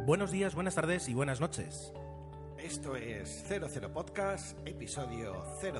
Buenos días, buenas tardes y buenas noches. Esto es 00 Podcast, episodio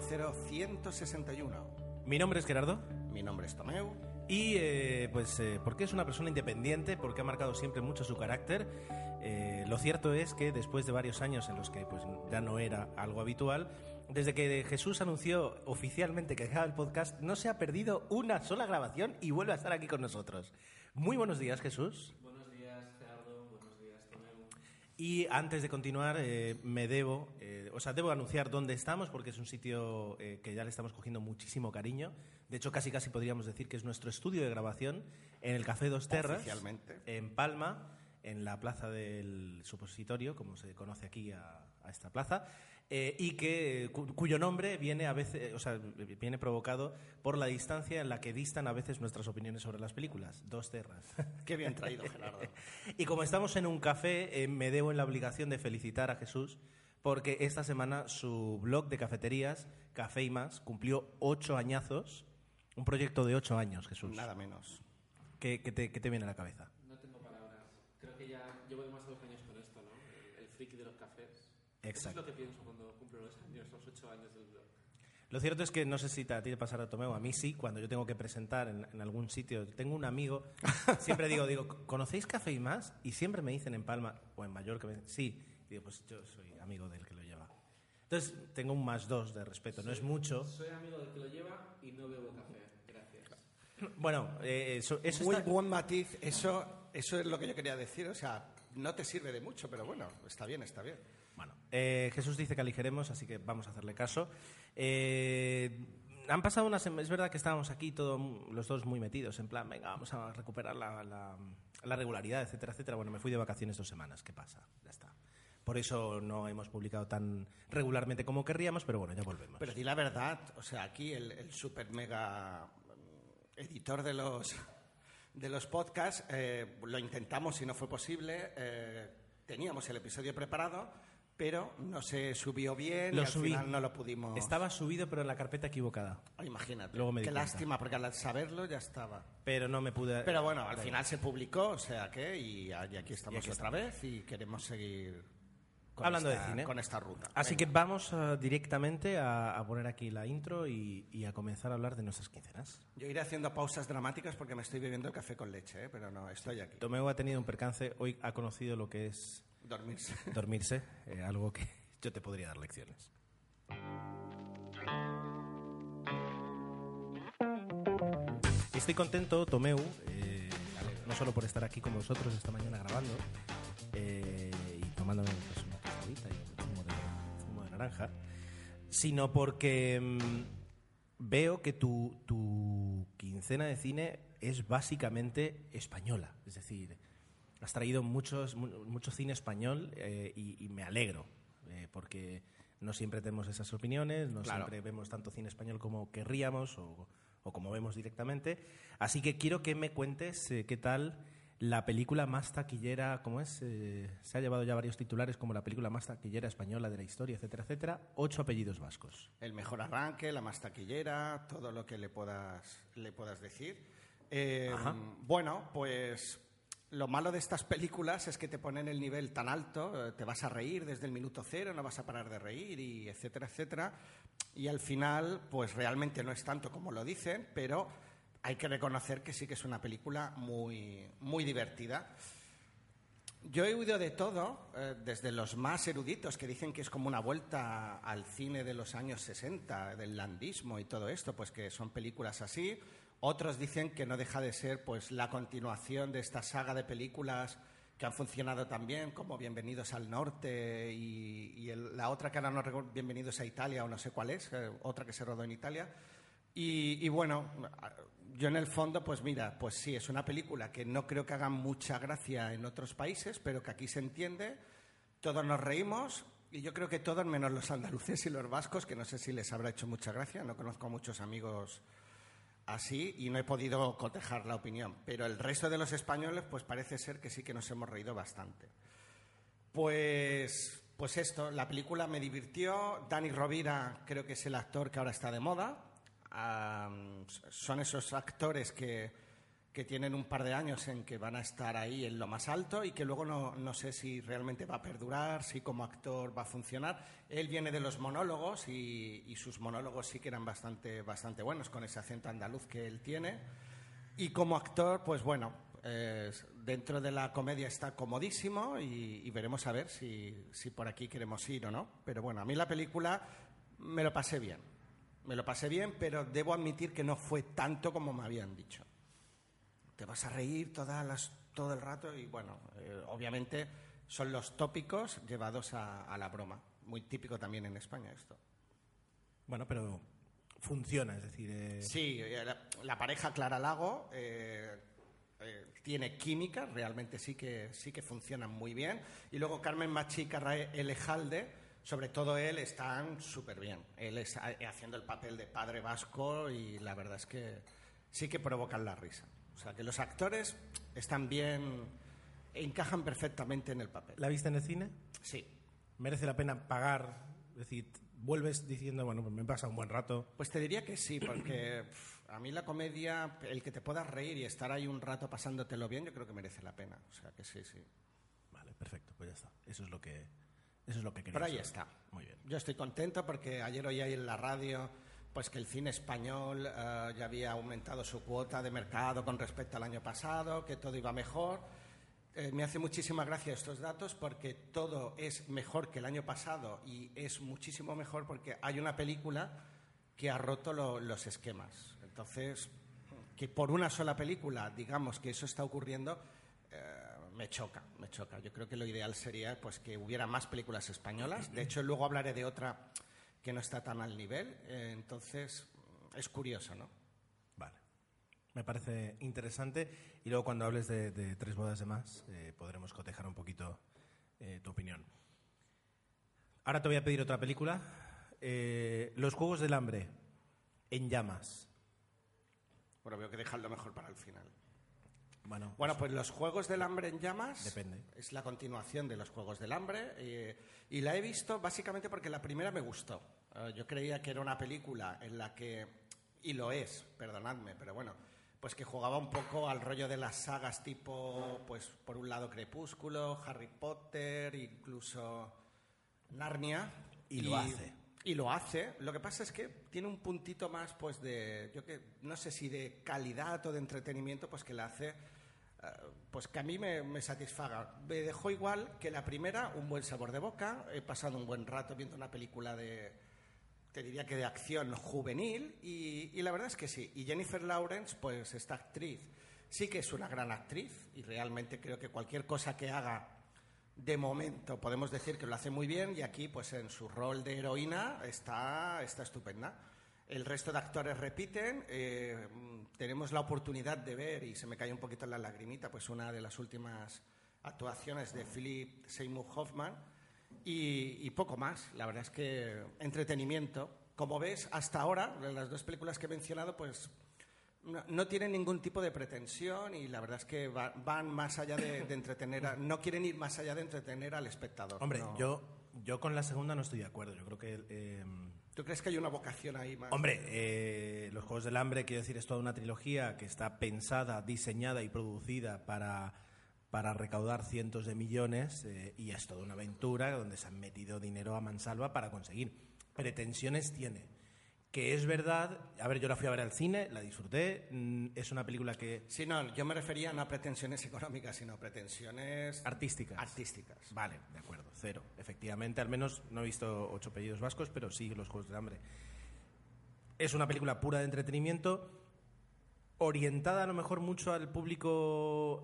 00161. Mi nombre es Gerardo. Mi nombre es Tomeu. Y porque es una persona independiente, porque ha marcado siempre mucho su carácter. Lo cierto es que después de varios años en los que pues, ya no era algo habitual, desde que Jesús anunció oficialmente que dejaba el podcast, no se ha perdido una sola grabación y vuelve a estar aquí con nosotros. Muy buenos días, Jesús. Buenos días, Gerardo. Buenos días, Tomeu. Y antes de continuar, debo anunciar dónde estamos, porque es un sitio que ya le estamos cogiendo muchísimo cariño. De hecho, casi podríamos decir que es nuestro estudio de grabación en el Café Dos Terras, oficialmente, en Palma, en la plaza del Supositorio, como se conoce aquí a esta plaza, y cuyo nombre viene viene provocado por la distancia en la que distan a veces nuestras opiniones sobre las películas. Dos Terras. Qué bien traído, Gerardo. Y como estamos en un café, me debo en la obligación de felicitar a Jesús, porque esta semana su blog de cafeterías, Café y Más, cumplió 8 añazos. Un proyecto de 8 años, Jesús. Nada menos. ¿Qué te viene a la cabeza? No tengo palabras. Creo que ya llevo demasiados años con esto, ¿no? El friki de los cafés. Exacto. Eso es lo que pienso cuando cumplo los 8 años del blog. Lo cierto es que no sé si a ti te pasará, Tomeu, a mí sí, cuando yo tengo que presentar en algún sitio. Tengo un amigo, siempre digo, ¿conocéis Café y Más? Y siempre me dicen en Palma o en Mallorca, sí. Y digo, pues yo soy amigo del que lo lleva. Entonces tengo un +2 de respeto, no es mucho. Soy amigo del que lo lleva y no bebo café. Gracias. Bueno, eso Muy está... buen matiz. Eso es lo que yo quería decir. O sea, no te sirve de mucho, pero bueno, está bien, está bien. Bueno, Jesús dice que aligeremos, así que vamos a hacerle caso. Han pasado unas semanas, es verdad que estábamos aquí los dos muy metidos, en plan, venga, vamos a recuperar la regularidad, etcétera, etcétera. Bueno, me fui de vacaciones 2 semanas, ¿qué pasa? Ya está. Por eso no hemos publicado tan regularmente como querríamos, pero bueno, ya volvemos. Pero di la verdad, o sea, aquí el super mega editor de los podcasts, lo intentamos y no fue posible. Teníamos el episodio preparado, pero no se subió bien y al final no lo pudimos. Estaba subido, pero en la carpeta equivocada. Imagínate. Luego me di Qué cuenta. Lástima, porque al saberlo ya estaba. Pero no me pude... Pero bueno, al final se publicó, o sea que, y aquí estamos otra vez y queremos seguir hablando de cine con esta ruta. Así Venga. que vamos directamente a poner aquí la intro y a comenzar a hablar de nuestras quincenas. Yo iré haciendo pausas dramáticas porque me estoy bebiendo el café con leche, pero no, estoy aquí. Tomeu ha tenido un percance, hoy ha conocido lo que es dormirse, algo que yo te podría dar lecciones. Estoy contento, Tomeu, no solo por estar aquí con vosotros esta mañana grabando y tomándome pues, una tostadita y un zumo de naranja, sino porque veo que tu quincena de cine es básicamente española. Es decir, has traído mucho cine español y me alegro, porque no siempre tenemos esas opiniones, no siempre vemos tanto cine español como querríamos o como vemos directamente. Así que quiero que me cuentes qué tal la película más taquillera, ¿cómo es? Se ha llevado ya varios titulares como la película más taquillera española de la historia, etcétera, etcétera. 8 apellidos vascos. El mejor arranque, la más taquillera, todo lo que le puedas decir. Bueno, pues lo malo de estas películas es que te ponen el nivel tan alto, te vas a reír desde el minuto 0, no vas a parar de reír, y etcétera, etcétera. Y al final, pues realmente no es tanto como lo dicen, pero hay que reconocer que sí que es una película muy, muy divertida. Yo he oído de todo, desde los más eruditos que dicen que es como una vuelta al cine de los años 60, del landismo y todo esto, pues que son películas así. Otros dicen que no deja de ser pues la continuación de esta saga de películas que han funcionado tan bien, como Bienvenidos al Norte y la otra que ahora no recuerdo, Bienvenidos a Italia o no sé cuál es, otra que se rodó en Italia. Y bueno, yo en el fondo, pues mira, pues sí, es una película que no creo que haga mucha gracia en otros países, pero que aquí se entiende, todos nos reímos, y yo creo que todos menos los andaluces y los vascos, que no sé si les habrá hecho mucha gracia, no conozco a muchos amigos así y no he podido cotejar la opinión, pero el resto de los españoles pues parece ser que sí que nos hemos reído bastante. Pues esto, la película me divirtió. Dani Rovira creo que es el actor que ahora está de moda. Son esos actores que que tienen un par de años en que van a estar ahí en lo más alto y que luego no sé si realmente va a perdurar, si como actor va a funcionar. Él viene de los monólogos y sus monólogos sí que eran bastante buenos, con ese acento andaluz que él tiene. Y como actor, pues bueno, dentro de la comedia está comodísimo y veremos a ver si por aquí queremos ir o no. Pero bueno, a mí la película me lo pasé bien. Pero debo admitir que no fue tanto como me habían dicho. Te vas a reír todo el rato y bueno, obviamente son los tópicos llevados a la broma. Muy típico también en España esto. Bueno, pero funciona, es decir... Sí, la pareja Clara Lago tiene química, realmente sí que funcionan muy bien. Y luego Carmen Machi y Carré Elejalde, sobre todo él, están súper bien. Él es haciendo el papel de padre vasco y la verdad es que sí que provocan la risa. O sea, que los actores están bien, encajan perfectamente en el papel. ¿La viste en el cine? Sí. ¿Merece la pena pagar? Es decir, vuelves diciendo, bueno, pues me pasa un buen rato. Pues te diría que sí, porque a mí la comedia, el que te puedas reír y estar ahí un rato pasándotelo bien, yo creo que merece la pena. O sea, que sí. Vale, perfecto, pues ya está. Eso es lo que quería. Por ahí está. Muy bien. Yo estoy contento porque ayer oí ahí en la radio pues que el cine español ya había aumentado su cuota de mercado con respecto al año pasado, que todo iba mejor. Me hace muchísima gracia estos datos porque todo es mejor que el año pasado y es muchísimo mejor porque hay una película que ha roto los esquemas. Entonces, que por una sola película digamos que eso está ocurriendo, me choca. Yo creo que lo ideal sería pues que hubiera más películas españolas. De hecho, luego hablaré de otra que no está tan al nivel. Entonces, es curioso, ¿no? Vale. Me parece interesante. Y luego cuando hables de Tres bodas de más, podremos cotejar un poquito tu opinión. Ahora te voy a pedir otra película. Los Juegos del Hambre, en llamas. Bueno, veo que dejarlo mejor para el final. Bueno, pues Los Juegos del Hambre en llamas depende. Es la continuación de Los Juegos del Hambre y la he visto básicamente porque la primera me gustó. Yo creía que era una película en la que, y lo es, perdonadme, pero bueno, pues que jugaba un poco al rollo de las sagas tipo, pues por un lado Crepúsculo, Harry Potter, incluso Narnia. Y lo hace. Y lo hace. Lo que pasa es que tiene un puntito más, pues no sé si de calidad o de entretenimiento, pues que la hace, pues que a mí me satisfaga. Me dejó igual que la primera, un buen sabor de boca. He pasado un buen rato viendo una película te diría que de acción juvenil, y la verdad es que sí. Y Jennifer Lawrence, pues esta actriz, sí que es una gran actriz, y realmente creo que cualquier cosa que haga, de momento podemos decir que lo hace muy bien, y aquí pues en su rol de heroína está estupenda. El resto de actores repiten. Tenemos la oportunidad de ver, y se me cae un poquito la lagrimita, pues una de las últimas actuaciones de Philip Seymour Hoffman, y poco más. La verdad es que entretenimiento. Como ves, hasta ahora, las dos películas que he mencionado, pues no tienen ningún tipo de pretensión, y la verdad es que van más allá de entretener, no quieren ir más allá de entretener al espectador. Hombre, no. yo con la segunda no estoy de acuerdo. Yo creo que... ¿Tú crees que hay una vocación ahí más? Hombre, Los Juegos del Hambre, quiero decir, es toda una trilogía que está pensada, diseñada y producida para recaudar cientos de millones, y es toda una aventura donde se han metido dinero a mansalva para conseguir. Pretensiones tiene. Que es verdad, a ver, yo la fui a ver al cine, la disfruté, es una película que... Sí, no, yo me refería no a pretensiones económicas, sino a pretensiones... Artísticas. Vale, de acuerdo, cero. Efectivamente, al menos no he visto 8 apellidos vascos, pero sí Los Juegos del Hambre. Es una película pura de entretenimiento, orientada a lo mejor mucho al público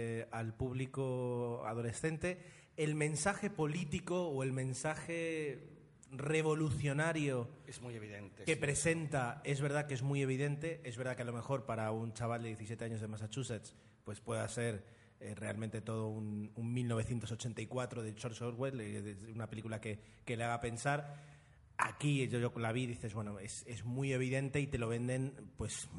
adolescente. El mensaje político o el mensaje revolucionario es muy evidente, que sí. presenta, es verdad que es muy evidente. Es verdad que a lo mejor para un chaval de 17 años de Massachusetts pues pueda ser realmente todo un 1984 de George Orwell, una película que le haga pensar. Aquí yo la vi y dices, bueno, es muy evidente, y te lo venden pues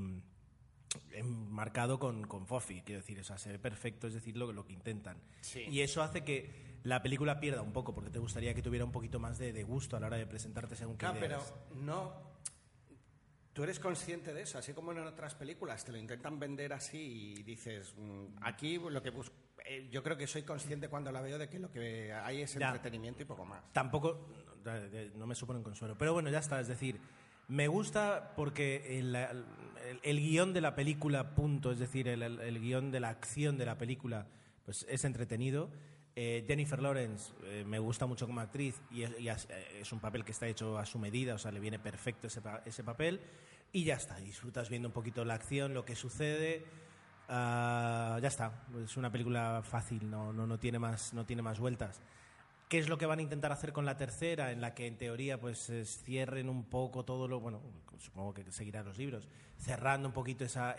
marcado con Fofi, quiero decir, o sea, se ve perfecto, es decir, lo que intentan. Sí. Y eso hace que la película pierda un poco, porque te gustaría que tuviera un poquito más de gusto a la hora de presentarte según qué ideas. Pero no... ¿Tú eres consciente de eso? Así como en otras películas te lo intentan vender así y dices, aquí lo que busco... yo creo que soy consciente cuando la veo de que lo que hay es entretenimiento y poco más. Tampoco, no me supone un consuelo. Pero bueno, ya está, es decir, me gusta porque el guión de la película, punto, es decir, el guión de la acción de la película, pues es entretenido. Jennifer Lawrence me gusta mucho como actriz y es un papel que está hecho a su medida, o sea, le viene perfecto ese papel y ya está, disfrutas viendo un poquito la acción, lo que sucede, ya está, es una película fácil, no tiene más vueltas. ¿Qué es lo que van a intentar hacer con la tercera, en la que en teoría pues cierren un poco todo lo, bueno, supongo que seguirán los libros, cerrando un poquito esa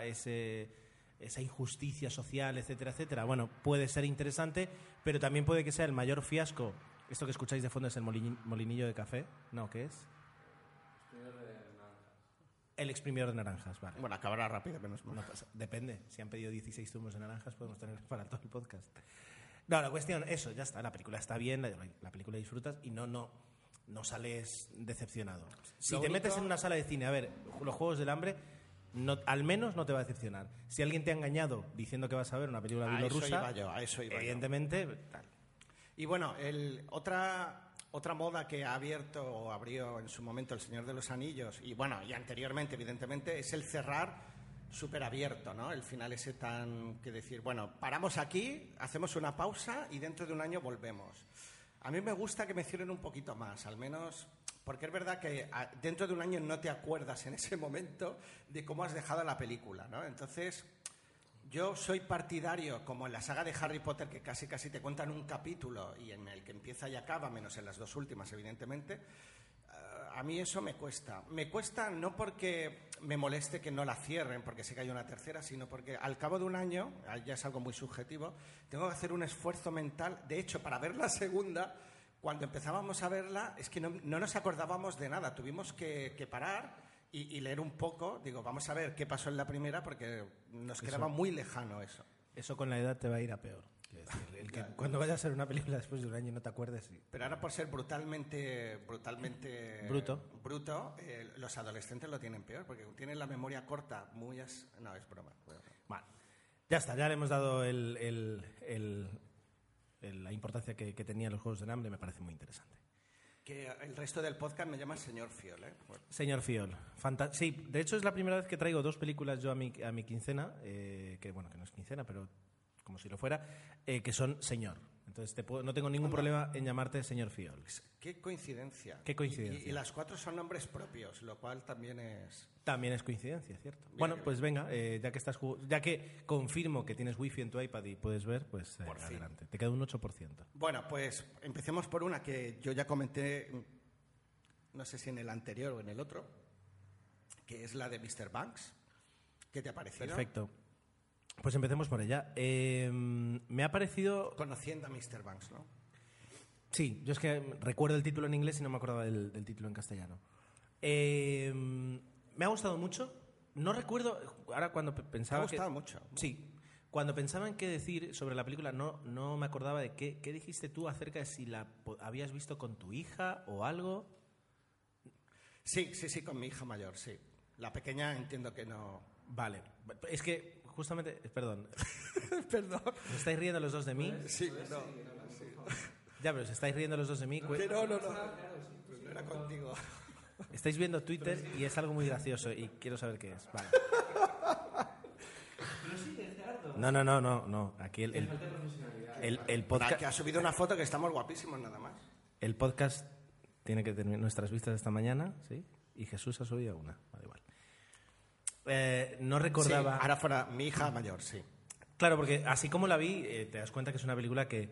injusticia social, etcétera, etcétera? Bueno, puede ser interesante, pero también puede que sea el mayor fiasco. Esto que escucháis de fondo es el molinillo de café. No, ¿qué es? El exprimidor de naranjas, vale. Bueno, acabará rápido, menos mal. No pasa, depende. Si han pedido 16 zumos de naranjas, podemos tener para todo el podcast. No, la cuestión, eso, ya está. La película está bien, la película disfrutas y no sales decepcionado. Si te metes en una sala de cine a ver los Juegos del Hambre, al menos no te va a decepcionar. Si alguien te ha engañado diciendo que vas a ver una película bielorrusa, a eso iba evidentemente, tal. Y bueno, otra moda que ha abierto o abrió en su momento El Señor de los Anillos, y bueno, y anteriormente, evidentemente, es el cerrar súper abierto, ¿no? El final ese tan que decir, bueno, paramos aquí, hacemos una pausa y dentro de un año volvemos. A mí me gusta que me cierren un poquito más, al menos... Porque es verdad que dentro de un año no te acuerdas en ese momento de cómo has dejado la película, ¿no? Entonces, yo soy partidario, como en la saga de Harry Potter, que casi te cuentan un capítulo y en el que empieza y acaba, menos en las dos últimas, evidentemente. A mí eso me cuesta. Me cuesta no porque me moleste que no la cierren, porque sé que hay una tercera, sino porque al cabo de un año, ya es algo muy subjetivo, tengo que hacer un esfuerzo mental. De hecho, para ver la segunda... Cuando empezábamos a verla, es que no nos acordábamos de nada. Tuvimos que parar y leer un poco. Digo, vamos a ver qué pasó en la primera, porque nos quedaba muy lejano eso. Eso con la edad te va a ir a peor. Decir, que cuando vayas a ver una película después de un año no te acuerdes. Sí. Pero ahora, por ser brutalmente bruto, los adolescentes lo tienen peor, porque tienen la memoria corta. No, es broma. Bueno, ya está, ya le hemos dado la importancia que tenían los Juegos del Hambre, me parece muy interesante. Que el resto del podcast me llama Señor Fiol, ¿eh? Bueno. Señor Fiol. Sí, de hecho es la primera vez que traigo dos películas yo a mi quincena, que bueno, que no es quincena, pero como si lo fuera, que son Señor. Entonces no tengo ningún problema en llamarte Señor Fiol. Qué coincidencia. Qué coincidencia. Y las cuatro son nombres propios, lo cual también es... También es coincidencia, ¿cierto? Bien, bueno, bien. pues venga, ya que confirmo que tienes wifi en tu iPad y puedes ver, pues adelante. Te queda un 8%. Bueno, pues empecemos por una que yo ya comenté, no sé si en el anterior o en el otro, que es la de Mr. Banks. ¿Qué te ha parecido? Perfecto. Pues empecemos por ella. Me ha parecido... Conociendo a Mr. Banks, ¿no? Sí, yo es que recuerdo el título en inglés y no me acordaba del título en castellano. Me ha gustado mucho. No recuerdo... Ahora cuando pensaba... Me ha gustado mucho. Sí. Cuando pensaba en qué decir sobre la película, no me acordaba de qué dijiste tú acerca de si la habías visto con tu hija o algo. Sí, con mi hija mayor, sí. La pequeña entiendo que no... Vale. Es que justamente... Perdón. Perdón. ¿Os estáis riendo los dos de mí? Sí, no. Ya, pero os estáis riendo los dos de mí. No era contigo. Estáis viendo Twitter y es algo muy gracioso y quiero saber qué es. Vale. No. Aquí el podcast... Que ha subido una foto que estamos guapísimos nada más. El podcast tiene que tener nuestras vistas esta mañana, ¿sí? Y Jesús ha subido una. Vale, igual. No recordaba... Sí, ahora fuera mi hija mayor, sí. Claro, porque así como la vi, te das cuenta que es una película que...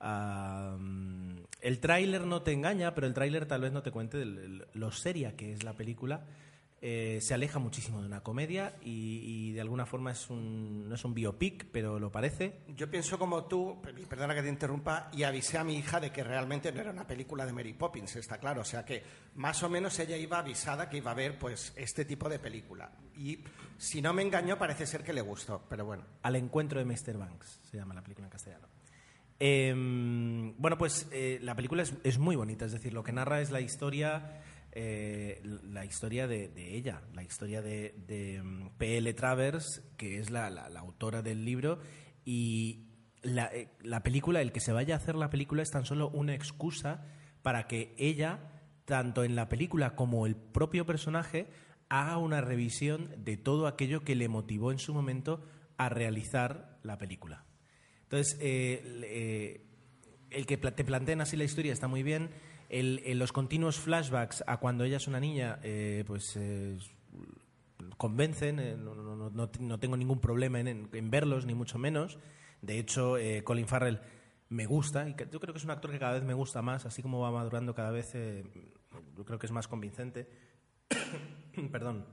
el tráiler no te engaña, pero el tráiler tal vez no te cuente lo seria que es la película. Se aleja muchísimo de una comedia y de alguna forma no es un biopic, pero lo parece. Yo pienso como tú, perdona que te interrumpa, y avisé a mi hija de que realmente no era una película de Mary Poppins, está claro. O sea que más o menos ella iba avisada que iba a ver pues este tipo de película. Y si no me engañó, parece ser que le gustó, pero bueno. Al encuentro de Mr. Banks se llama la película en castellano. Bueno, pues la película es muy bonita, es decir, lo que narra es la historia la historia de ella, la historia de P.L. Travers, que es la autora del libro, y la película, el que se vaya a hacer la película es tan solo una excusa para que ella, tanto en la película como el propio personaje, haga una revisión de todo aquello que le motivó en su momento a realizar la película. Entonces, el que te planteen así la historia está muy bien. Los continuos flashbacks a cuando ella es una niña, convencen. No tengo ningún problema en verlos, ni mucho menos. De hecho, Colin Farrell me gusta, y yo creo que es un actor que cada vez me gusta más, así como va madurando cada vez, yo creo que es más convincente. Perdón.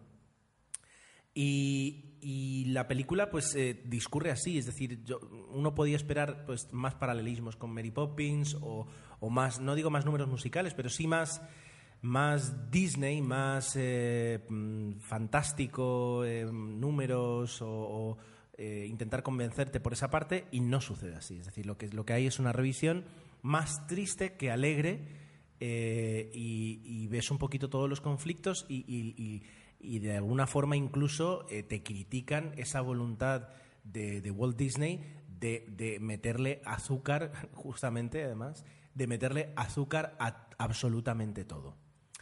Y la película pues discurre así, es decir, uno podía esperar pues más paralelismos con Mary Poppins o más, no digo más números musicales, pero sí más Disney, más fantástico, números o intentar convencerte por esa parte, y no sucede así. Es decir, lo que hay es una revisión más triste que alegre, y ves un poquito todos los conflictos y de alguna forma incluso te critican esa voluntad de Walt Disney de meterle azúcar, justamente además, de meterle azúcar a absolutamente todo.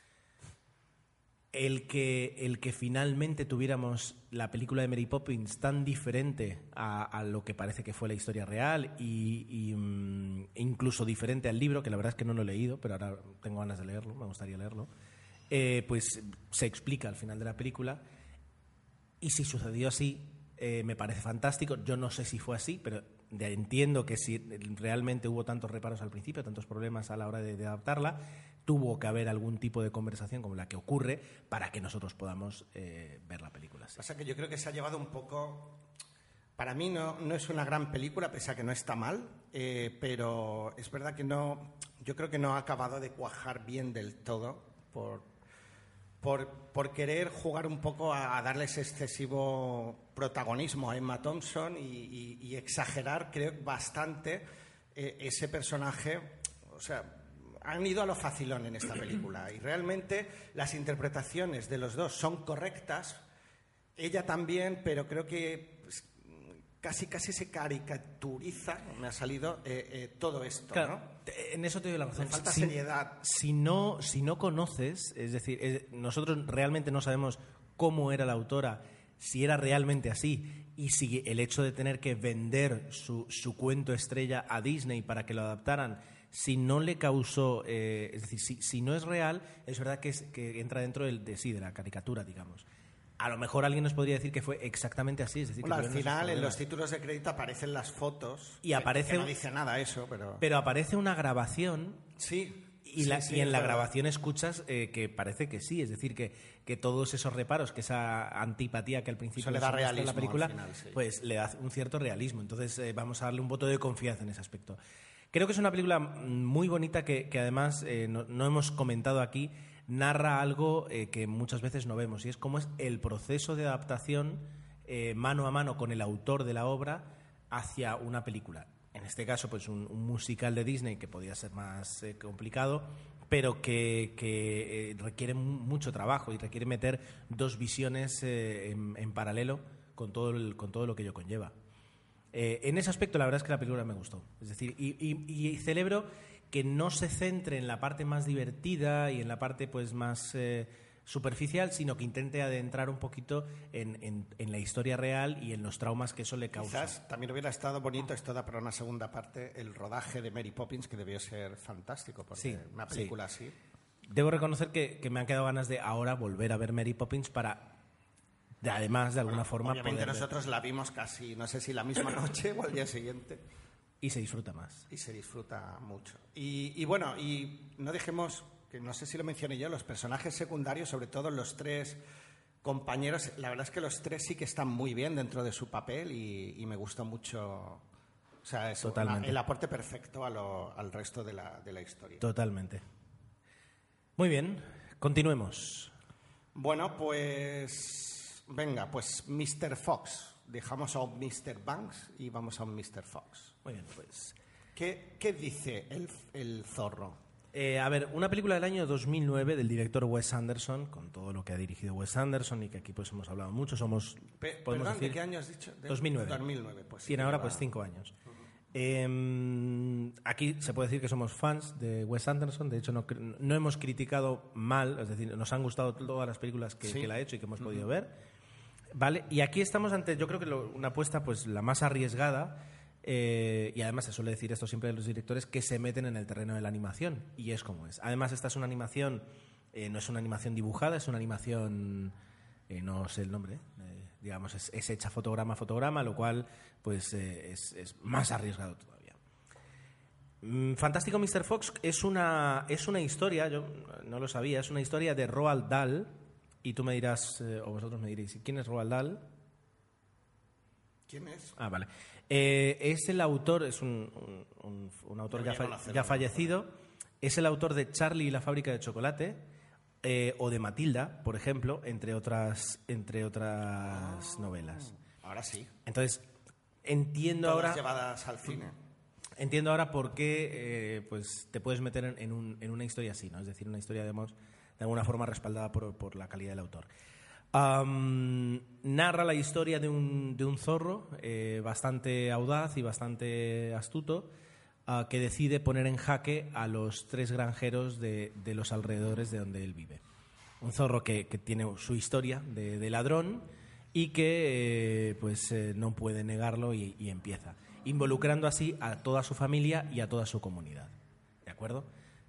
El que finalmente tuviéramos la película de Mary Poppins tan diferente a lo que parece que fue la historia real e incluso diferente al libro, que la verdad es que no lo he leído, pero ahora tengo ganas de leerlo, me gustaría leerlo, pues se explica al final de la película. Y si sucedió así, me parece fantástico. Yo no sé si fue así, pero entiendo que si realmente hubo tantos reparos al principio, tantos problemas a la hora de adaptarla, tuvo que haber algún tipo de conversación como la que ocurre para que nosotros podamos ver la película. Sí. Pasa que yo creo que se ha llevado un poco... Para mí no es una gran película, pese a que no está mal, pero es verdad que yo creo que no ha acabado de cuajar bien del todo por querer jugar un poco a darle ese excesivo protagonismo a Emma Thompson y exagerar, creo, bastante ese personaje. O sea, han ido a lo facilón en esta película y realmente las interpretaciones de los dos son correctas, ella también, pero creo que casi se caricaturiza, me ha salido todo esto, claro, ¿no? En eso te doy la razón. Le falta seriedad. Si no conoces, es decir, nosotros realmente no sabemos cómo era la autora, si era realmente así, y si el hecho de tener que vender su cuento estrella a Disney para que lo adaptaran, si no le causó, es decir, si no es real, es verdad que entra dentro de la caricatura, digamos. A lo mejor alguien nos podría decir que fue exactamente así. Es decir, bueno, al final, en los títulos de crédito aparecen las fotos. Y aparece, que no dice nada eso, pero aparece una grabación. Sí. Y en la grabación escuchas que parece que sí. Es decir, que todos esos reparos, que esa antipatía que al principio le da realismo en la película, al final, sí, pues le da un cierto realismo. Entonces vamos a darle un voto de confianza en ese aspecto. Creo que es una película muy bonita que además no hemos comentado aquí. Narra algo que muchas veces no vemos, y es cómo es el proceso de adaptación mano a mano con el autor de la obra hacia una película. En este caso, pues un musical de Disney que podía ser más complicado, pero que requiere mucho trabajo y requiere meter dos visiones en paralelo con todo lo que ello conlleva. En ese aspecto, la verdad es que la película me gustó. Es decir, y celebro que no se centre en la parte más divertida y en la parte pues más superficial, sino que intente adentrar un poquito en la historia real y en los traumas que eso le causa. Quizás también hubiera estado bonito, esto da para una segunda parte, el rodaje de Mary Poppins, que debió ser fantástico, porque sí, una película así. Debo reconocer que me han quedado ganas de ahora volver a ver Mary Poppins para, además, de alguna forma, obviamente poder nosotros la vimos casi, no sé si la misma noche o al día siguiente. Y se disfruta más. Y se disfruta mucho. Y bueno, y no dejemos, que no sé si lo mencioné yo, los personajes secundarios, sobre todo los tres compañeros, la verdad es que los tres sí que están muy bien dentro de su papel y me gusta mucho. O sea, es el aporte perfecto al resto de la historia. Totalmente. Muy bien, continuemos. Bueno, pues venga, pues Mr. Fox. Dejamos a un Mr. Banks y vamos a un Mr. Fox. Muy bien, pues. ¿Qué dice el zorro? A ver, una película del año 2009 del director Wes Anderson, con todo lo que ha dirigido Wes Anderson y que aquí pues hemos hablado mucho, podemos Perdón, decir, ¿de qué año has dicho? 2009. 2009, pues sí. Tiene ahora pues 5 años. Aquí se puede decir que somos fans de Wes Anderson, de hecho no hemos criticado mal, es decir, nos han gustado todas las películas que él ha hecho y que hemos podido ver, ¿vale? Y aquí estamos ante, yo creo que una apuesta pues la más arriesgada, y además se suele decir esto siempre de los directores, que se meten en el terreno de la animación, y es como es. Además esta es una animación, no es una animación dibujada, es una animación, no sé el nombre, digamos, es hecha fotograma a fotograma, lo cual pues es más arriesgado todavía. Fantástico Mr. Fox es una historia, yo no lo sabía, es una historia de Roald Dahl, y tú me dirás, o vosotros me diréis, ¿quién es Roald Dahl? ¿Quién es? Ah, vale. Es el autor, es un autor ya fallecido, es el autor de Charlie y la fábrica de chocolate, o de Matilda, por ejemplo, entre otras novelas. Ahora sí. Entonces, entiendo Todas ahora... llevadas al cine. Entiendo ahora por qué pues te puedes meter en una historia así, ¿no? Es decir, una historia, digamos, de alguna forma respaldada por la calidad del autor. Narra la historia de un zorro bastante audaz y bastante astuto, que decide poner en jaque a los 3 granjeros de los alrededores de donde él vive. Un zorro que tiene su historia de ladrón y que no puede negarlo y empieza, involucrando así a toda su familia y a toda su comunidad. ¿De acuerdo?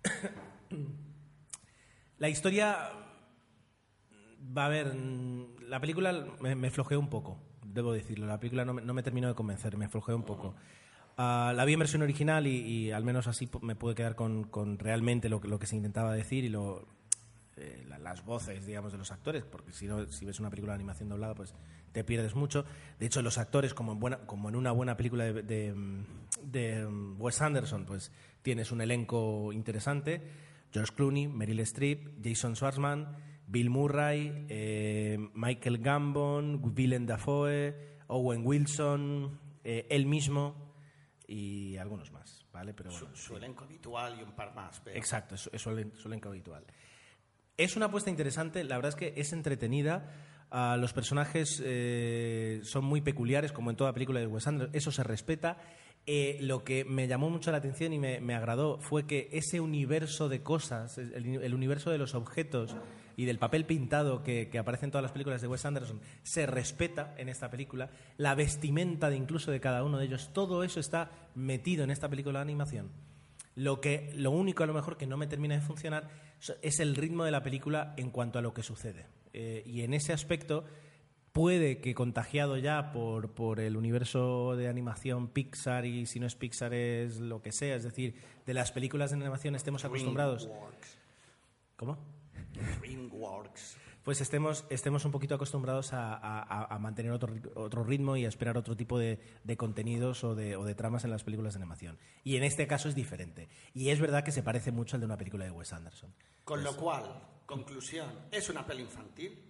La historia... Va a ver, la película me flojeó un poco, debo decirlo. La película no me terminó de convencer, me flojeó un poco. La vi en versión original y al menos así me pude quedar con realmente lo que se intentaba decir y las voces, digamos, de los actores, porque si ves una película de animación doblada, pues te pierdes mucho. De hecho, los actores, como en una buena película de Wes Anderson, pues tienes un elenco interesante. George Clooney, Meryl Streep, Jason Schwartzman, Bill Murray, Michael Gambon, Willem Dafoe, Owen Wilson, él mismo y algunos más, ¿vale? Pero bueno, su elenco habitual y un par más. Pero... Exacto, es su elenco habitual. Es una apuesta interesante, la verdad es que es entretenida. Los personajes son muy peculiares, como en toda película de Wes Anderson, eso se respeta. Lo que me llamó mucho la atención y me agradó fue que ese universo de cosas, el universo de los objetos y del papel pintado que aparece en todas las películas de Wes Anderson, se respeta en esta película. La vestimenta incluso de cada uno de ellos, todo eso está metido en esta película de animación. Lo único a lo mejor que no me termina de funcionar es el ritmo de la película en cuanto a lo que sucede. Y en ese aspecto puede que contagiado ya por el universo de animación Pixar, y si no es Pixar es lo que sea, es decir, de las películas de animación estemos acostumbrados... DreamWorks. ¿Cómo? DreamWorks. Pues estemos un poquito acostumbrados a mantener otro ritmo y a esperar otro tipo de contenidos o de tramas en las películas de animación. Y en este caso es diferente. Y es verdad que se parece mucho al de una película de Wes Anderson. Con lo cual, conclusión, es una peli infantil.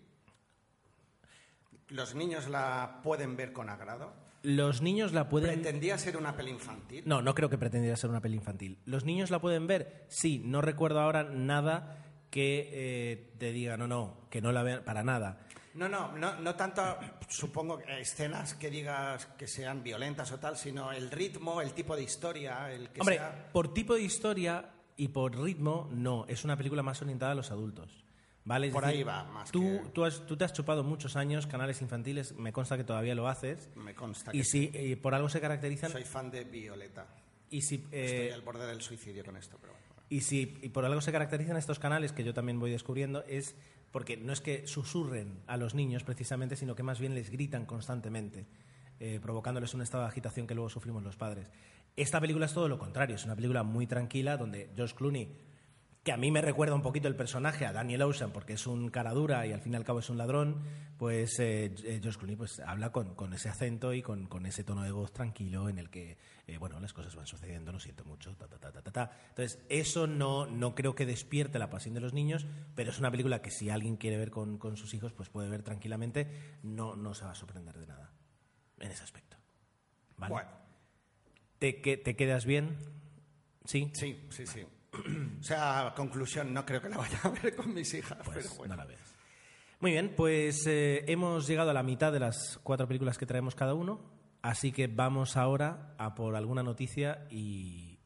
¿Los niños la pueden ver con agrado? Los niños la pueden... ¿Pretendía ser una peli infantil? No creo que pretendiera ser una peli infantil. ¿Los niños la pueden ver? Sí, no recuerdo ahora nada que te diga que no la vean para nada. No tanto, supongo, escenas que digas que sean violentas o tal, sino el ritmo, el tipo de historia, el que Hombre, sea... por tipo de historia y por ritmo, no. Es una película más orientada a los adultos. ¿Vale? Por ahí va, más tú que... tú te has chupado muchos años canales infantiles, me consta que todavía lo haces. Me consta y que si por algo se caracterizan... Soy fan de Violeta. Y si, Estoy al borde del suicidio con esto, pero bueno. Y por algo se caracterizan estos canales, que yo también voy descubriendo, es porque no es que susurren a los niños precisamente, sino que más bien les gritan constantemente, provocándoles un estado de agitación que luego sufrimos los padres. Esta película es todo lo contrario, es una película muy tranquila donde George Clooney, que a mí me recuerda un poquito el personaje a Daniel Ocean porque es un cara dura y al fin y al cabo es un ladrón, pues George Clooney pues habla con ese acento y con ese tono de voz tranquilo en el que las cosas van sucediendo, lo siento mucho, Entonces eso no creo que despierte la pasión de los niños, pero es una película que si alguien quiere ver con sus hijos pues puede ver tranquilamente, no se va a sorprender de nada en ese aspecto. ¿Vale? Bueno. ¿Te quedas bien? ¿Sí? Sí. O sea, conclusión, no creo que la vaya a ver con mis hijas, Pues pero bueno. no la veas. Muy bien, pues hemos llegado a la mitad de las 4 películas que traemos cada uno, así que vamos ahora a por alguna noticia y...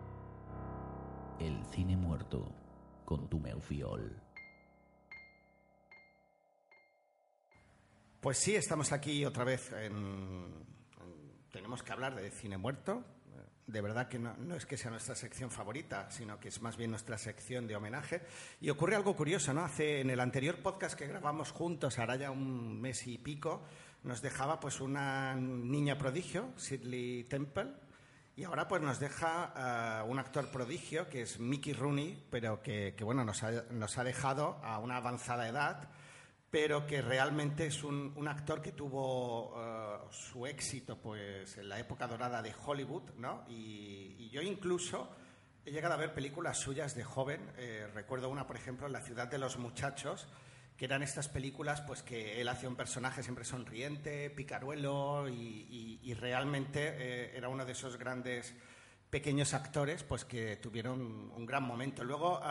El cine muerto con Tomeu Fiol. Pues sí, estamos aquí otra vez tenemos que hablar de cine muerto. De verdad que no es que sea nuestra sección favorita, sino que es más bien nuestra sección de homenaje. Y ocurre algo curioso, ¿no? En el anterior podcast que grabamos juntos, ahora ya un mes y pico, nos dejaba pues una niña prodigio, Shirley Temple, y ahora pues nos deja un actor prodigio que es Mickey Rooney, pero que bueno, nos ha dejado a una avanzada edad, pero que realmente es un actor que tuvo su éxito pues en la época dorada de Hollywood, ¿no? Y yo incluso he llegado a ver películas suyas de joven. Recuerdo una, por ejemplo, en La ciudad de los muchachos, que eran estas películas pues que él hacía un personaje siempre sonriente, picaruelo y realmente era uno de esos grandes pequeños actores pues que tuvieron un gran momento. Luego...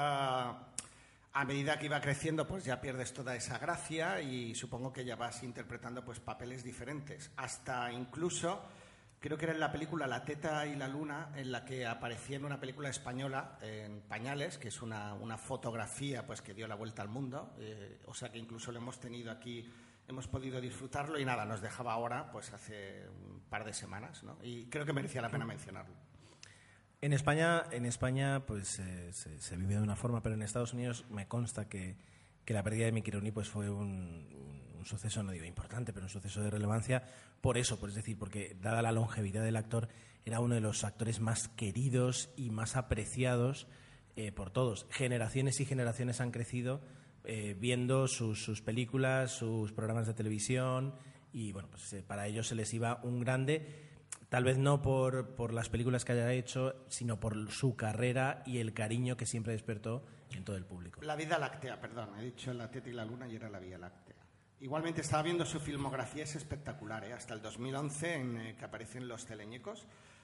a medida que iba creciendo, pues ya pierdes toda esa gracia y supongo que ya vas interpretando pues papeles diferentes. Hasta incluso, creo que era en la película La teta y la luna, en la que aparecía en una película española, en Pañales, que es una fotografía pues que dio la vuelta al mundo. O sea que incluso lo hemos tenido aquí, hemos podido disfrutarlo y nada, nos dejaba ahora pues hace un par de semanas, ¿no? Y creo que merecía la pena mencionarlo. En España pues se vive de una forma, pero en Estados Unidos me consta que la pérdida de Mickey Rooney pues fue un suceso, no digo importante, pero un suceso de relevancia por eso, pues es decir, porque dada la longevidad del actor, era uno de los actores más queridos y más apreciados por todos. Generaciones y generaciones han crecido viendo sus películas, sus programas de televisión y bueno, pues para ellos se les iba un grande. Tal vez no por las películas que haya hecho, sino por su carrera y el cariño que siempre despertó en todo el público. La Vía Láctea, perdón, he dicho La teta y la luna y era La Vía Láctea. Igualmente estaba viendo su filmografía, es espectacular, ¿eh? Hasta el 2011, en que aparecen Los Teleñecos,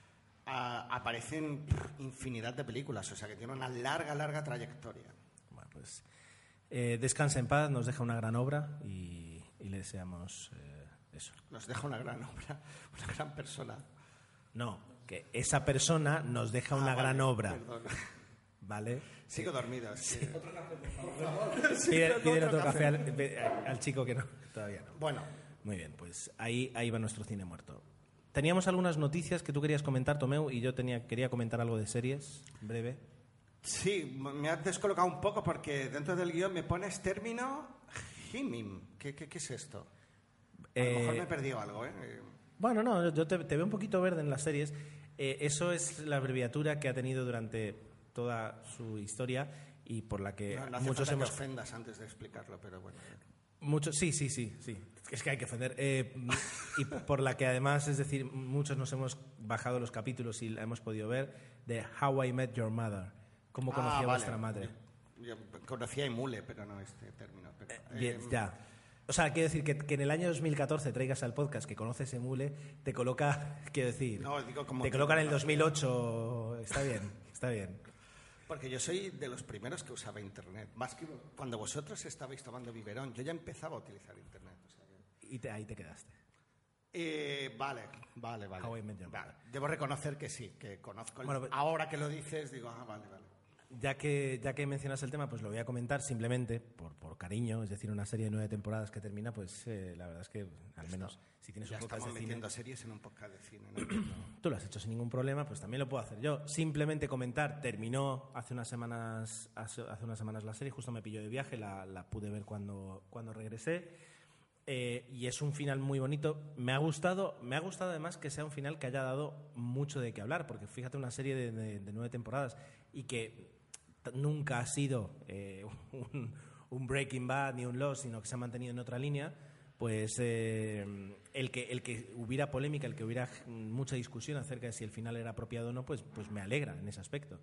aparecen infinidad de películas, o sea que tiene una larga trayectoria. Bueno, pues descansa en paz, nos deja una gran obra y le deseamos eso. Nos deja una gran obra, una gran persona. No, que esa persona nos deja una gran obra. Perdón. ¿Vale? Sigo dormido. Es que... Otro café, por favor. Pídele otro café al chico que no, todavía no. Bueno. Muy bien, pues ahí va nuestro cine muerto. Teníamos algunas noticias que tú querías comentar, Tomeu, y yo quería comentar algo de series, breve. Sí, me has descolocado un poco porque dentro del guión me pones término Himim. ¿Qué es esto? A lo mejor me he perdido algo, ¿eh? Bueno, no, yo te veo un poquito verde en las series. Eso es la abreviatura que ha tenido durante toda su historia y por la que No hace muchos falta hemos... que ofendas antes de explicarlo, pero bueno. Muchos, sí. Es que hay que ofender. Y por la que además, es decir, muchos nos hemos bajado los capítulos y la hemos podido ver de How I Met Your Mother. ¿Cómo conocí a vuestra madre? Yo conocía a Emule, pero no este término. Pero, Ya. O sea, quiero decir que en el año 2014 traigas al podcast que conoces Emule, te coloca, quiero decir, No, digo como te coloca en el 2008. Está bien. Porque yo soy de los primeros que usaba Internet. Más que cuando vosotros estabais tomando biberón, yo ya empezaba a utilizar Internet. O sea que... Ahí te quedaste. Vale. How I Met Your Mother. Debo reconocer que sí, que conozco. Bueno, ahora que lo dices, digo, vale. Ya que mencionas el tema, pues lo voy a comentar simplemente por cariño. Es decir, una serie de 9 temporadas que termina, pues la verdad es que al menos si tienes Ya un podcast estamos de cine... metiendo series en un podcast de cine, ¿no? Tú lo has hecho sin ningún problema, pues también lo puedo hacer yo. Simplemente comentar, terminó hace unas semanas la serie, justo me pilló de viaje, la pude ver cuando regresé. Y es un final muy bonito. Me ha gustado además que sea un final que haya dado mucho de qué hablar, porque fíjate, una serie de 9 temporadas y que nunca ha sido un Breaking Bad ni un Lost, sino que se ha mantenido en otra línea, pues el que hubiera polémica, el que hubiera mucha discusión acerca de si el final era apropiado o no, pues me alegra en ese aspecto.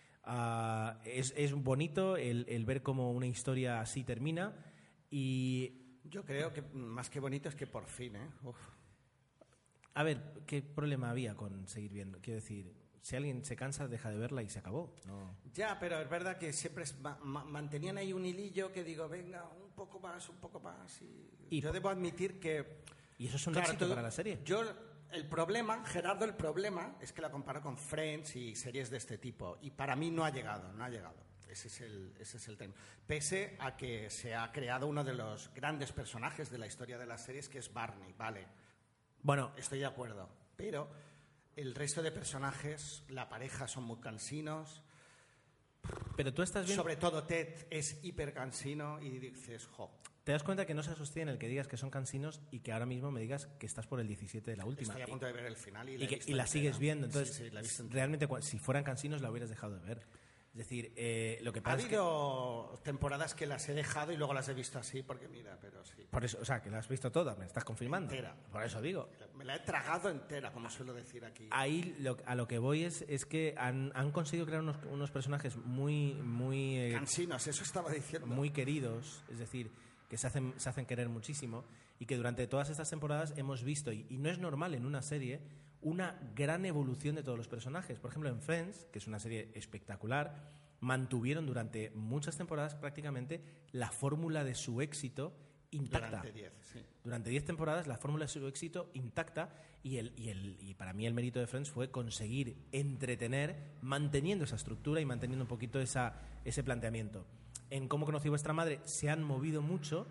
Es bonito el ver cómo una historia así termina y... Yo creo que más que bonito es que por fin, ¿eh? Uf. A ver, ¿qué problema había con seguir viendo? Quiero decir, si alguien se cansa, deja de verla y se acabó. No. Ya, pero es verdad que siempre mantenían ahí un hilillo que digo, venga, un poco más. Y yo debo admitir que... Y eso es un éxito para la serie. El problema es que la comparo con Friends y series de este tipo. Y para mí no ha llegado. Ese es el tema. Pese a que se ha creado uno de los grandes personajes de la historia de las series, que es Barney, vale. Bueno, estoy de acuerdo. Pero el resto de personajes, la pareja son muy cansinos. Pero tú estás viendo... Sobre todo Ted es hiper cansino y dices, jo. Te das cuenta que no se sostiene el que digas que son cansinos y que ahora mismo me digas que estás por el 17 de la última. Estoy a punto de ver el final y la sigues viendo. Entonces, sí, la he visto realmente, si fueran cansinos, la hubieras dejado de ver. Es decir, lo que pasa ha habido temporadas que las he dejado y luego las he visto así, porque mira, pero sí. Por eso, o sea, que la has visto toda, me estás confirmando. Entera. Por eso digo. Me la he tragado entera, como suelo decir aquí. Ahí a lo que voy es que han conseguido crear unos personajes muy cansinos, eso estaba diciendo. Muy queridos, es decir, que se hacen querer muchísimo y que durante todas estas temporadas hemos visto, y no es normal en una serie, una gran evolución de todos los personajes. Por ejemplo, en Friends, que es una serie espectacular, mantuvieron durante muchas temporadas prácticamente la fórmula de su éxito intacta. Durante 10 temporadas la fórmula de su éxito intacta y para mí el mérito de Friends fue conseguir entretener manteniendo esa estructura y manteniendo un poquito ese planteamiento. En Cómo conocí a vuestra madre se han movido mucho,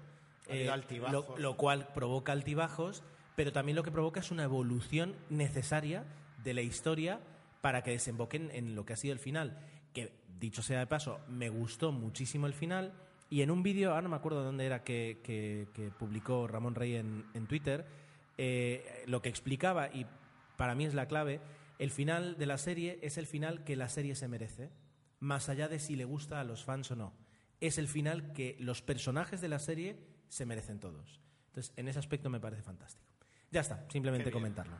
lo cual provoca altibajos, pero también lo que provoca es una evolución necesaria de la historia para que desemboquen en lo que ha sido el final, que dicho sea de paso, me gustó muchísimo el final. Y en un vídeo, ahora no me acuerdo de dónde era que publicó Ramón Rey en Twitter, lo que explicaba, y para mí es la clave, el final de la serie es el final que la serie se merece, más allá de si le gusta a los fans o no. Es el final que los personajes de la serie se merecen todos. Entonces, en ese aspecto me parece fantástico. Ya está, simplemente comentarlo.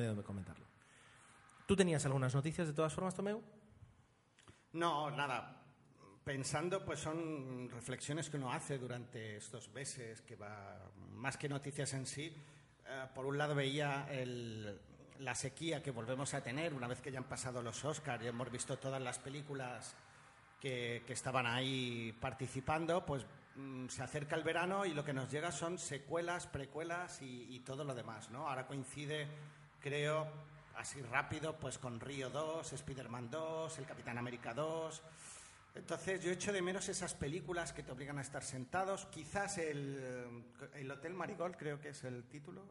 ¿Tú tenías algunas noticias de todas formas, Tomeu? No, nada. Pensando, pues son reflexiones que uno hace durante estos meses, que va más que noticias en sí. Por un lado veía la sequía que volvemos a tener una vez que ya han pasado los Oscars y hemos visto todas las películas que estaban ahí participando, pues se acerca el verano y lo que nos llega son secuelas, precuelas y todo lo demás, ¿no? Ahora coincide, creo, así rápido, pues con Río 2, Spider-Man 2, el Capitán América 2... Entonces yo echo de menos esas películas que te obligan a estar sentados. Quizás el Hotel Marigold, creo que es el título.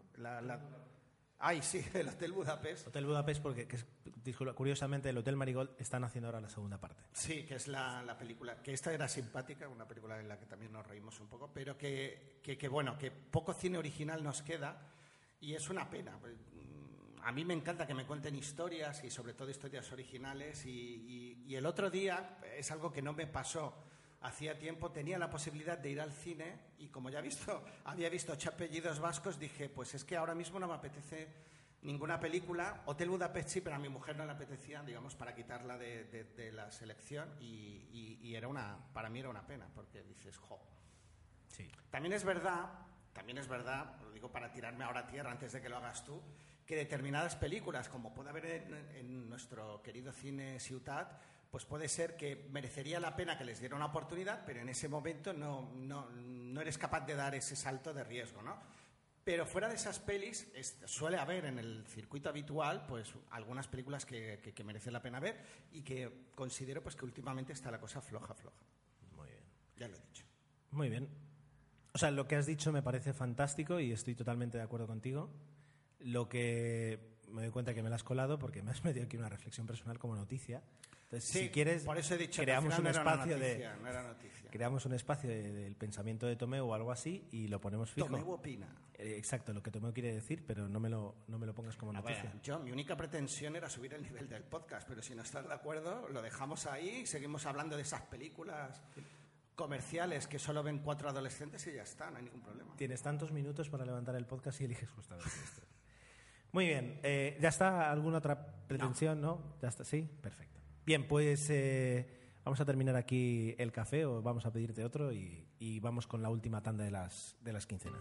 Ay, sí, el Hotel Budapest. Hotel Budapest, porque curiosamente el Hotel Marigold están haciendo ahora la segunda parte. Sí, que es la película, que esta era simpática, una película en la que también nos reímos un poco, pero que bueno, que poco cine original nos queda y es una pena. A mí me encanta que me cuenten historias y sobre todo historias originales y el otro día, es algo que no me pasó hacía tiempo, tenía la posibilidad de ir al cine y como ya había visto 8 apellidos vascos, dije, pues es que ahora mismo no me apetece ninguna película. Hotel Budapest sí, pero a mi mujer no le apetecía, digamos, para quitarla de la selección y para mí era una pena, porque dices, jo. Sí. También es verdad, lo digo para tirarme ahora a tierra antes de que lo hagas tú, que determinadas películas, como puede haber en nuestro querido cine Ciutat, pues puede ser que merecería la pena que les diera una oportunidad, pero en ese momento no eres capaz de dar ese salto de riesgo, ¿no? Pero fuera de esas pelis, suele haber en el circuito habitual pues algunas películas que merecen la pena ver y que considero pues que últimamente está la cosa floja. Muy bien. Ya lo he dicho. Muy bien. O sea, lo que has dicho me parece fantástico y estoy totalmente de acuerdo contigo. Lo que me doy cuenta que me la has colado porque me has metido aquí una reflexión personal como noticia. Entonces, sí, si quieres, por eso he dicho creamos un espacio no era noticia. Creamos un espacio del pensamiento de Tomeu o algo así y lo ponemos fijo. Tomeu opina. Exacto, lo que Tomeu quiere decir, pero no me lo pongas como noticia. Yo, mi única pretensión era subir el nivel del podcast, pero si no estás de acuerdo, lo dejamos ahí y seguimos hablando de esas películas comerciales que solo ven 4 adolescentes y ya está, no hay ningún problema. Tienes tantos minutos para levantar el podcast y eliges justamente esto. Muy bien, ¿ya está alguna otra pretensión? ¿No? ¿Ya está? ¿Sí? Perfecto. Bien, pues vamos a terminar aquí el café o vamos a pedirte otro y vamos con la última tanda de las quincenas.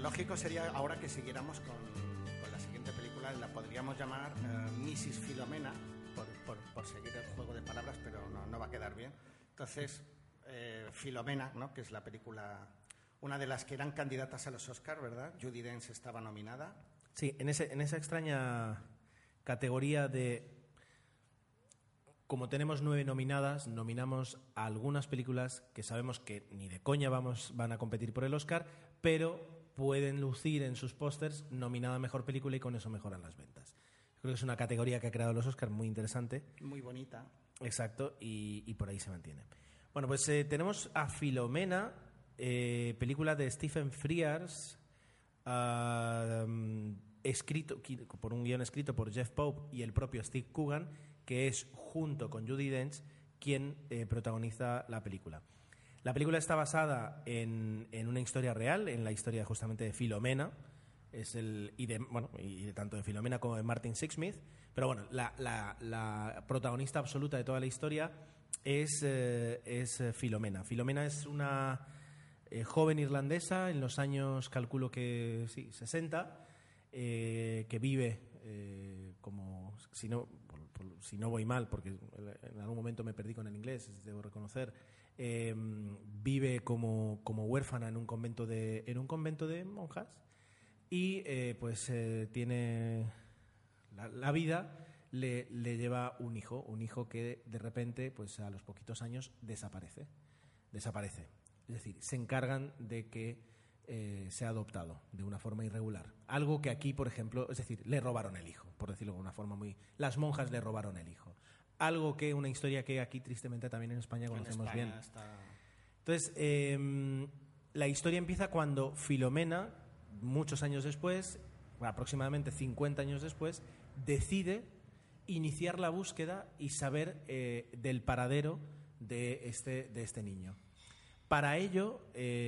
lógico sería ahora que siguiéramos con la siguiente película, la podríamos llamar Mrs. Filomena, por seguir el juego de palabras, pero no va a quedar bien. Entonces, Filomena, ¿no? Que es la película, una de las que eran candidatas a los Oscars, ¿verdad? Judi Dench estaba nominada. Sí, en esa extraña categoría de... Como tenemos 9 nominadas, nominamos a algunas películas que sabemos que ni de coña van a competir por el Oscar, pero pueden lucir en sus pósters nominada a Mejor Película y con eso mejoran las ventas. Creo que es una categoría que ha creado los Oscars muy interesante. Muy bonita. Exacto, y por ahí se mantiene. Bueno, pues tenemos a Filomena, película de Stephen Frears, escrito por un guion escrito por Jeff Pope y el propio Steve Coogan, que es, junto con Judi Dench, quien protagoniza la película. La película está basada en una historia real, en la historia justamente de Filomena, y tanto de Filomena como de Martin Sixsmith, pero bueno, la protagonista absoluta de toda la historia es Filomena. Filomena es una joven irlandesa en los años, calculo que sí, 60, que vive como, si no voy mal, porque en algún momento me perdí con el inglés, debo reconocer, vive como huérfana en un convento de monjas y tiene la vida le lleva un hijo que de repente, pues a los poquitos años desaparece. Es decir, se encargan de que sea adoptado de una forma irregular. Algo que aquí, por ejemplo, es decir, le robaron el hijo, por decirlo de una forma muy... Las monjas le robaron el hijo. Una historia que aquí, tristemente, también en España conocemos bien. Entonces, la historia empieza cuando Filomena, muchos años después, aproximadamente 50 años después, decide iniciar la búsqueda y saber del paradero de este niño. Para ello,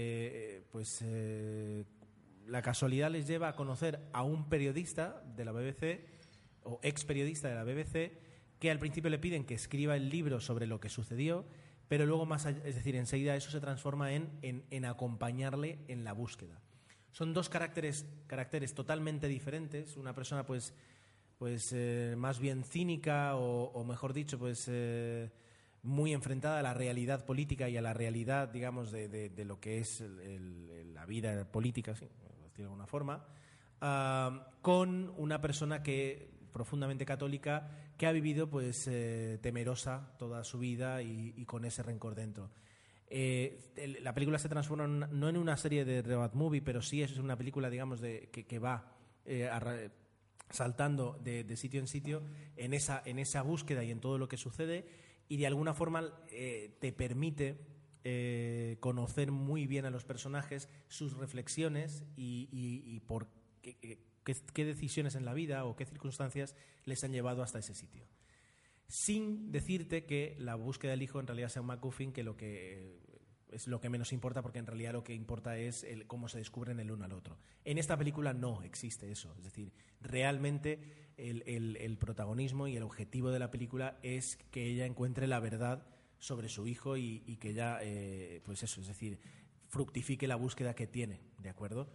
la casualidad les lleva a conocer a un periodista de la BBC, o ex periodista de la BBC, que al principio le piden que escriba el libro sobre lo que sucedió, pero luego enseguida eso se transforma en acompañarle en la búsqueda. Son dos caracteres totalmente diferentes. Una persona más bien cínica o mejor dicho, muy enfrentada a la realidad política y a la realidad, digamos, de lo que es la vida política, sí, por decirlo de alguna forma, con una persona profundamente católica que ha vivido temerosa toda su vida y con ese rencor dentro. La película se transforma no en una serie de road movie, pero sí es una película, digamos, que va saltando de sitio en sitio en esa búsqueda y en todo lo que sucede, y de alguna forma te permite conocer muy bien a los personajes, sus reflexiones y por qué decisiones en la vida o qué circunstancias les han llevado hasta ese sitio. Sin decirte que la búsqueda del hijo en realidad sea un MacGuffin, que es lo que menos importa, porque en realidad lo que importa es cómo se descubren el uno al otro. En esta película no existe eso. Es decir, realmente el protagonismo y el objetivo de la película es que ella encuentre la verdad sobre su hijo y que ella, es decir, fructifique la búsqueda que tiene, ¿de acuerdo?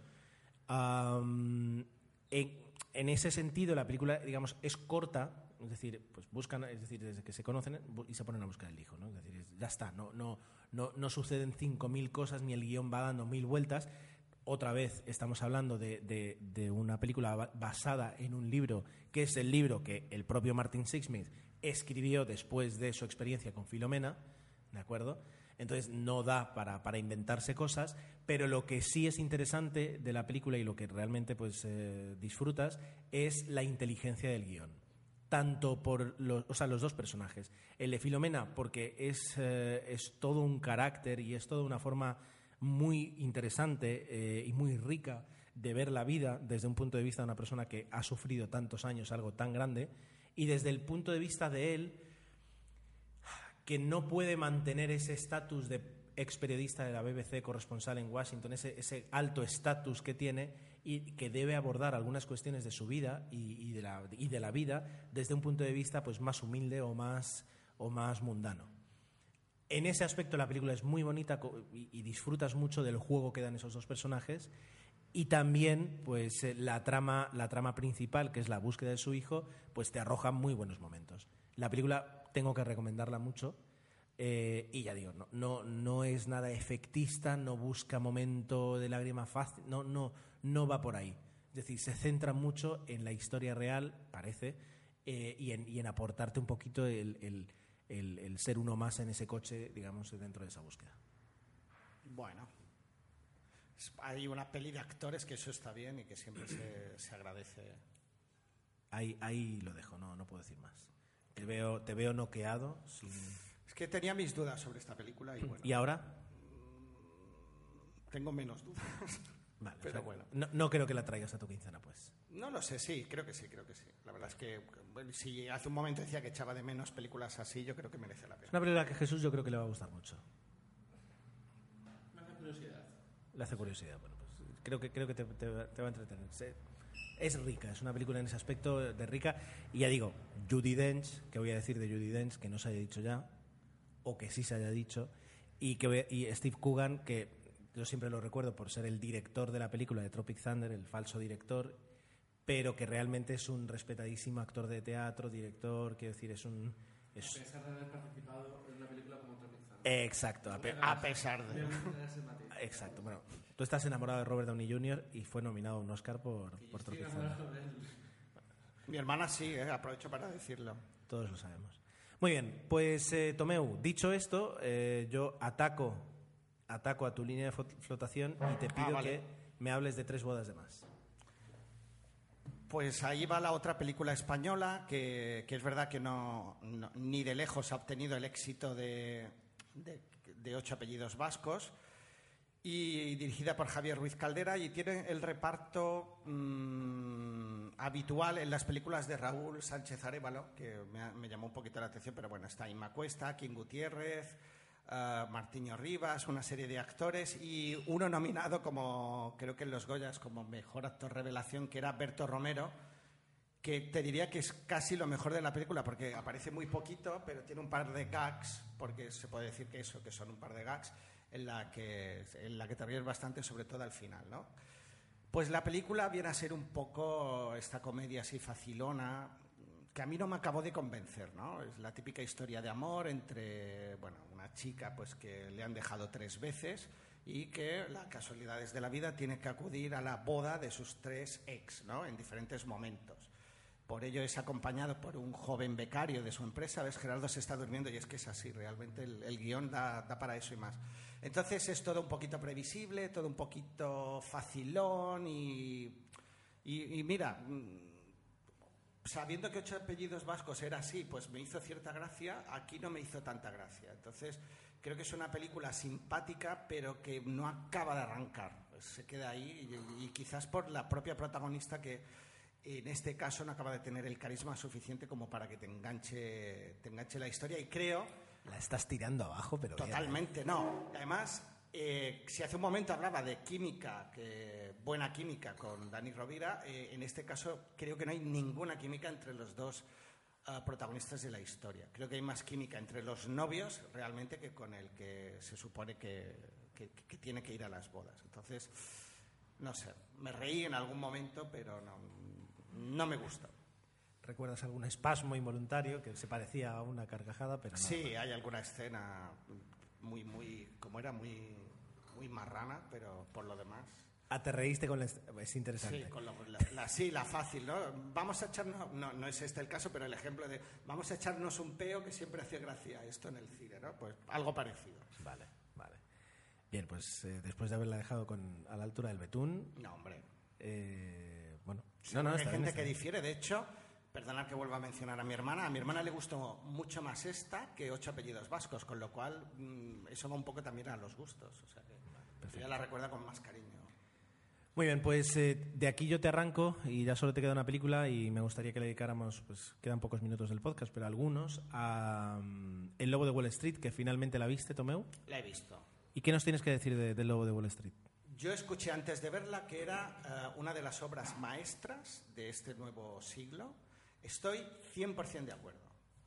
En ese sentido, la película, digamos, es corta. Es decir, desde que se conocen y se ponen a buscar el hijo, ¿no? Es decir, ya está, no suceden 5.000 cosas, ni el guión va dando 1.000 vueltas. Otra vez estamos hablando de una película basada en un libro, que es el libro que el propio Martin Sixsmith escribió después de su experiencia con Filomena, ¿de acuerdo? Entonces no da para inventarse cosas, pero lo que sí es interesante de la película y lo que realmente disfrutas es la inteligencia del guión. Tanto por los dos personajes. El de Filomena, porque es todo un carácter y es toda una forma muy interesante y muy rica de ver la vida desde un punto de vista de una persona que ha sufrido tantos años algo tan grande, y desde el punto de vista de él, que no puede mantener ese estatus de ex periodista de la BBC, corresponsal en Washington, ese alto estatus que tiene, y que debe abordar algunas cuestiones de su vida y de la vida desde un punto de vista más humilde o más mundano. En ese aspecto la película es muy bonita y disfrutas mucho del juego que dan esos dos personajes, Y también, pues, la trama principal, que es la búsqueda de su hijo, pues te arroja muy buenos momentos. La película tengo que recomendarla mucho. Y ya digo, no es nada efectista, no busca momento de lágrima fácil, no va por ahí. Es decir, se centra mucho en la historia real, parece, y en aportarte un poquito el ser uno más en ese coche, digamos, dentro de esa búsqueda. Bueno, hay una peli de actores que eso está bien y que siempre se agradece. Ahí lo dejo, no puedo decir más. Te veo noqueado. Es que tenía mis dudas sobre esta película y bueno. ¿Y ahora? Tengo menos dudas. Vale, pero bueno. No creo que la traigas a tu quincena, pues. No lo sé, sí, creo que sí. La verdad es que bueno, si hace un momento decía que echaba de menos películas así, yo creo que merece la pena. Es una película que a Jesús yo creo que le va a gustar mucho. Me hace curiosidad. Le hace curiosidad, bueno, pues creo que te va a entretener. Es rica, es una película en ese aspecto de rica. Y ya digo, Judi Dench, que voy a decir de Judi Dench, que no se haya dicho ya, o que sí se haya dicho, y Steve Coogan, que yo siempre lo recuerdo por ser el director de la película de Tropic Thunder, el falso director, pero que realmente es un respetadísimo actor de teatro, director, quiero decir, es un... A pesar de haber participado en una película como Tropic Thunder. Exacto, A pesar de... Exacto, bueno, tú estás enamorado de Robert Downey Jr. y fue nominado a un Oscar por Tropic Thunder. Mi hermana sí, aprovecho para decirlo. Todos lo sabemos. Muy bien, pues Tomeu, dicho esto, yo ataco a tu línea de flotación y te pido vale. que me hables de 3 bodas de más. Pues ahí va la otra película española que es verdad que no ni de lejos ha obtenido el éxito de 8 apellidos vascos, y dirigida por Javier Ruiz Caldera, y tiene el reparto habitual en las películas de Raúl Sánchez Arévalo, que me llamó un poquito la atención, pero bueno, está Inma Cuesta, King Gutiérrez, Martiño Rivas, una serie de actores, y uno nominado como, creo que en los Goyas, como mejor actor revelación, que era Berto Romero, que te diría que es casi lo mejor de la película, porque aparece muy poquito, pero tiene un par de gags, porque se puede decir que son un par de gags, en la que te ríes bastante, sobre todo al final, ¿no? Pues la película viene a ser un poco esta comedia así facilona, que a mí no me acabó de convencer, ¿no? Es la típica historia de amor entre, bueno, una chica pues que le han dejado 3 veces y que, las casualidades de la vida, tiene que acudir a la boda de sus 3 ex, ¿no? En diferentes momentos. Por ello es acompañado por un joven becario de su empresa. ¿Ves? Gerardo se está durmiendo y es que es así, realmente el guión da para eso y más. Entonces es todo un poquito previsible, todo un poquito facilón y mira, sabiendo que 8 apellidos vascos era así, pues me hizo cierta gracia. Aquí no me hizo tanta gracia. Entonces creo que es una película simpática, pero que no acaba de arrancar. Pues se queda ahí y quizás por la propia protagonista, que en este caso no acaba de tener el carisma suficiente como para que te enganche la historia, y creo... La estás tirando abajo, pero totalmente, bien. No. Además, si hace un momento hablaba de química, buena química con Dani Rovira, en este caso creo que no hay ninguna química entre los dos protagonistas de la historia. Creo que hay más química entre los novios realmente que con el que se supone que tiene que ir a las bodas. Entonces, no sé, me reí en algún momento, pero no me gusta. ¿Recuerdas algún espasmo involuntario que se parecía a una carcajada? Pero no. Sí, hay alguna escena muy marrana, pero por lo demás... Te reíste con es interesante. Sí, con la fácil, ¿no? Vamos a echarnos... No es este el caso, pero el ejemplo de vamos a echarnos un peo, que siempre hacía gracia esto en el cine, ¿no? Pues algo parecido. Vale. Bien, pues después de haberla dejado a la altura del betún... No, hombre. Bueno, sí, hay gente que difiere. De hecho, perdonad que vuelva a mencionar a mi hermana le gustó mucho más esta que 8 apellidos vascos, con lo cual eso va un poco también a los gustos. O sea que ella la recuerda con más cariño. Muy bien, pues de aquí yo te arranco y ya solo te queda una película, y me gustaría que le dedicáramos, pues quedan pocos minutos del podcast, pero algunos, a El Lobo de Wall Street, que finalmente la viste, Tomeu. La he visto. ¿Y qué nos tienes que decir del Lobo de Wall Street? Yo escuché antes de verla que era una de las obras maestras de este nuevo siglo. Estoy 100% de acuerdo.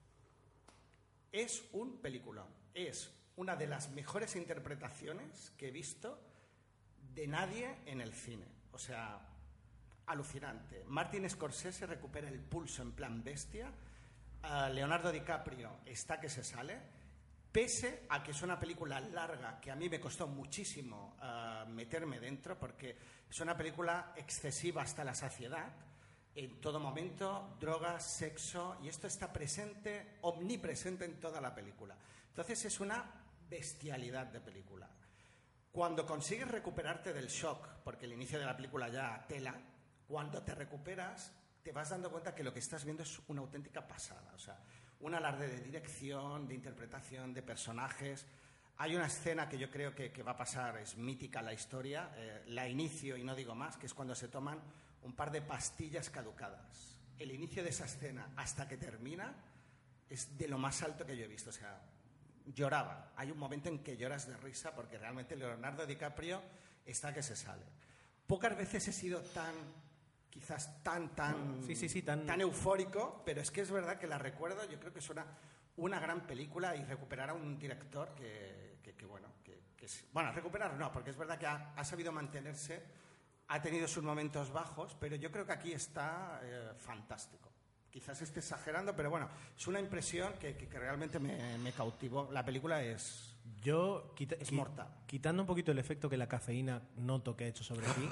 Es un peliculón. Es una de las mejores interpretaciones que he visto de nadie en el cine. O sea, alucinante. Martin Scorsese recupera el pulso en plan bestia. Leonardo DiCaprio está que se sale. Pese a que es una película larga, que a mí me costó muchísimo meterme dentro, porque es una película excesiva hasta la saciedad. En todo momento, drogas, sexo, y esto está presente, omnipresente en toda la película. Entonces es una bestialidad de película. Cuando consigues recuperarte del shock, porque el inicio de la película ya tela, cuando te recuperas, te vas dando cuenta que lo que estás viendo es una auténtica pasada. O sea, un alarde de dirección, de interpretación, de personajes. Hay una escena que yo creo que va a pasar, es mítica la historia, la inicio y no digo más, que es cuando se toman un par de pastillas caducadas. El inicio de esa escena hasta que termina es de lo más alto que yo he visto. O sea, lloraba. Hay un momento en que lloras de risa porque realmente Leonardo DiCaprio está que se sale. Pocas veces he sido quizás tan eufórico, pero es que es verdad que la recuerdo. Yo creo que es una gran película y recuperar a un director bueno, recuperar no, porque es verdad que ha sabido mantenerse, ha tenido sus momentos bajos, pero yo creo que aquí está fantástico. Quizás esté exagerando, pero bueno, es una impresión que realmente me cautivó. La película es mortal. Quitando un poquito el efecto que la cafeína noto que ha hecho sobre ti,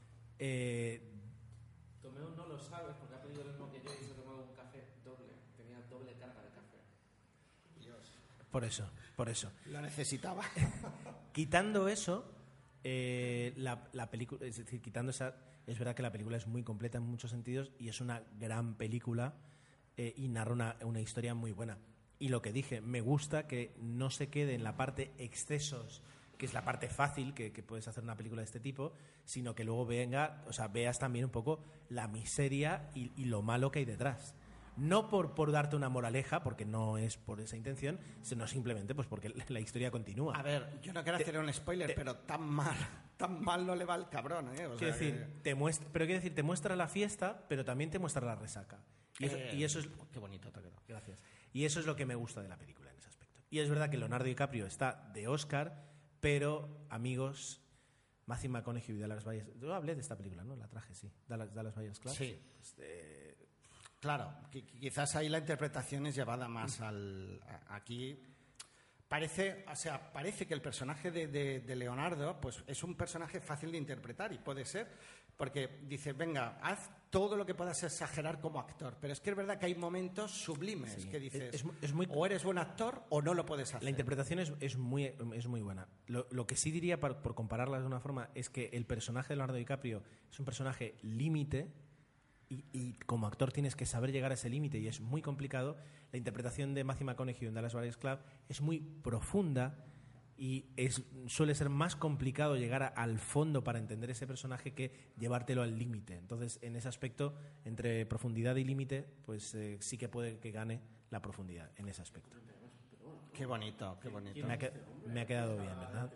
Tomeo no lo sabe porque ha pedido lo mismo que yo y se ha tomado un café doble. Tenía doble carga de café. Dios. Por eso. La necesitaba. Quitando eso, la película, es decir, quitando esa, es verdad que la película es muy completa en muchos sentidos y es una gran película y narra una historia muy buena. Y lo que dije, me gusta que no se quede en la parte excesos, que es la parte fácil que puedes hacer una película de este tipo, sino que luego veas también un poco la miseria y lo malo que hay detrás. No por darte una moraleja, porque no es por esa intención, sino simplemente pues porque la historia continúa. A ver, yo no quiero hacer un spoiler, pero tan mal no le va al cabrón, ¿eh? Quiero decir, te muestra la fiesta, pero también te muestra la resaca. Y eso es... Qué bonito te quedó. Gracias. Y eso es lo que me gusta de la película en ese aspecto. Y es verdad que Leonardo DiCaprio está de Oscar, pero, amigos, Matthew McConaughey y Dallas Buyers... Yo hablé de esta película, ¿no? La traje, sí. Dallas Buyers Club. Sí. Claro, quizás ahí la interpretación es llevada más aquí. Parece que el personaje de Leonardo pues es un personaje fácil de interpretar y puede ser, porque dice, venga, haz todo lo que puedas exagerar como actor, pero es que es verdad que hay momentos sublimes que dices, o eres buen actor o no lo puedes hacer. La interpretación es muy buena. Lo que sí diría, por compararlas de una forma, es que el personaje de Leonardo DiCaprio es un personaje límite. Y como actor tienes que saber llegar a ese límite y es muy complicado. La interpretación de Matthew McConaughey en Dallas Buyers Club es muy profunda y suele ser más complicado llegar al fondo para entender ese personaje que llevártelo al límite. Entonces, en ese aspecto, entre profundidad y límite, pues sí que puede que gane la profundidad en ese aspecto. Qué bonito, qué bonito. Me ha quedado bien, ¿verdad?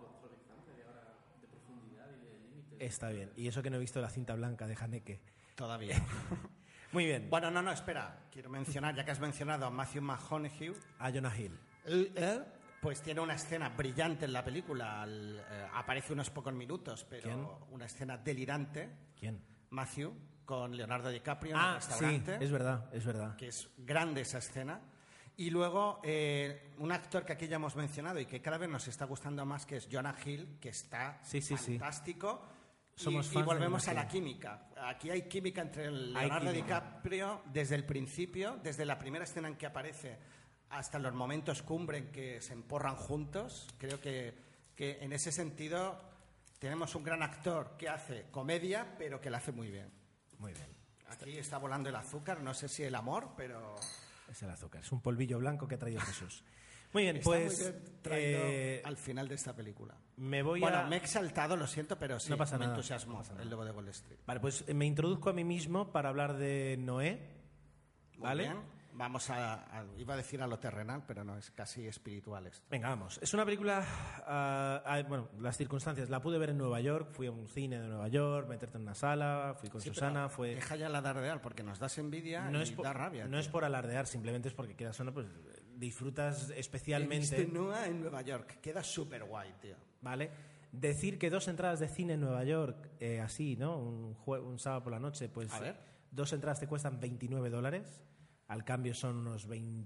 Está bien. Y eso que no he visto la cinta blanca de Haneke. Todavía. Muy bien. Bueno, no, espera. Quiero mencionar, ya que has mencionado a Matthew McConaughey. A Jonah Hill. Él, pues tiene una escena brillante en la película. Aparece unos pocos minutos, pero ¿Quién? Una escena delirante. ¿Quién? Matthew, con Leonardo DiCaprio en el restaurante. Sí, es verdad. Que es grande esa escena. Y luego un actor que aquí ya hemos mencionado y que cada vez nos está gustando más, que es Jonah Hill, que está fantástico. Y volvemos a la química. Aquí hay química entre Leonardo DiCaprio desde el principio, desde la primera escena en que aparece hasta los momentos cumbre en que se emporran juntos. Creo que en ese sentido tenemos un gran actor que hace comedia, pero que la hace muy bien. Muy bien. Aquí está volando el azúcar, no sé si el amor, pero... Es el azúcar, es un polvillo blanco que ha traído Jesús. Muy bien, está pues... muy bien traído al final de esta película. Me he exaltado, lo siento, pero sí, no pasa me nada, entusiasmó no pasa nada. El Lobo de Wall Street. Vale, pues me introduzco a mí mismo para hablar de Noé. ¿Vale? Muy bien. Vamos iba a decir a lo terrenal, pero no, es casi espiritual esto. Venga, vamos. Es una película... bueno, las circunstancias. La pude ver en Nueva York, fui a un cine de Nueva York, meterte en una sala, fui con Susana, fue... Deja ya el alardear, porque nos das envidia da rabia. No es por alardear, simplemente es porque quieras o no, pues disfrutas especialmente... He visto Noah en Nueva York, queda súper guay, tío. Vale. Decir que 2 entradas de cine en Nueva York, así, ¿no? Un sábado por la noche, pues A ver. 2 entradas te cuestan $29. Al cambio son unos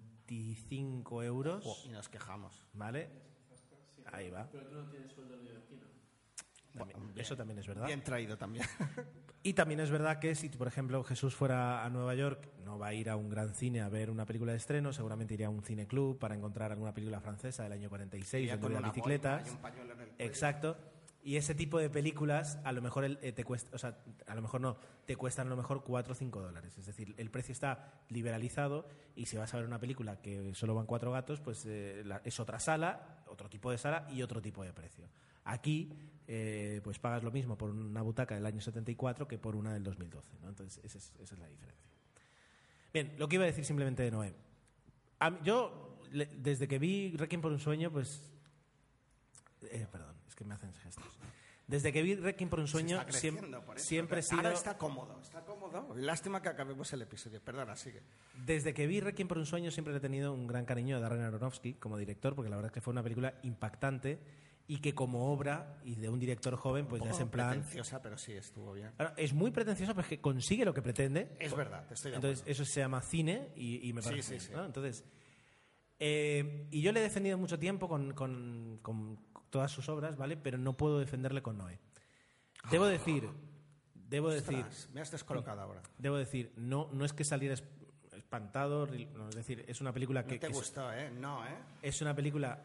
25 euros. Y nos quejamos. ¿Vale? Ahí va. Pero tú no tienes sueldo neoyorquino. Eso también es verdad. Bien traído también. Y también es verdad que si, por ejemplo, Jesús fuera a Nueva York, no va a ir a un gran cine a ver una película de estreno, seguramente iría a un cineclub para encontrar alguna película francesa del año 46, Iría donde con había una bicicletas. boina y un pañuelo en el cuello. Exacto. Y ese tipo de películas a lo mejor te cuesta, o sea, a lo mejor no, te cuestan a lo mejor $4 o $5. Es decir, el precio está liberalizado y si vas a ver una película que solo van 4 gatos, pues es otra sala, otro tipo de sala y otro tipo de precio. Aquí, pues pagas lo mismo por una butaca del año 74 que por una del 2012, ¿no? Entonces, esa es la diferencia. Bien, lo que iba a decir simplemente de Noé. Yo, desde que vi Requiem por un sueño, pues... perdón, es que me hacen gestos. Desde que vi Requiem por un sueño, Se está creciendo, por eso. siempre he sido... Ahora está cómodo. Lástima que acabemos el episodio. Perdona, sigue. Desde que vi Requiem por un sueño siempre le he tenido un gran cariño a Darren Aronofsky como director, porque la verdad es que fue una película impactante y que como obra y de un director joven, pues ya es en plan... pretenciosa, pero sí, estuvo bien. Ahora, es muy pretenciosa, pero es que consigue lo que pretende. Es verdad, te estoy de Entonces, acuerdo. eso se llama cine y me parece Sí, bien, sí. ¿no? Entonces, y yo le he defendido mucho tiempo con todas sus obras, ¿vale? Pero no puedo defenderle con Noé. Debo decir, Ostras, me has descolocado ahora. debo decir, no es que saliera espantado, no, es decir, es una película No que te gustó, ¿eh? No, ¿eh? es una película...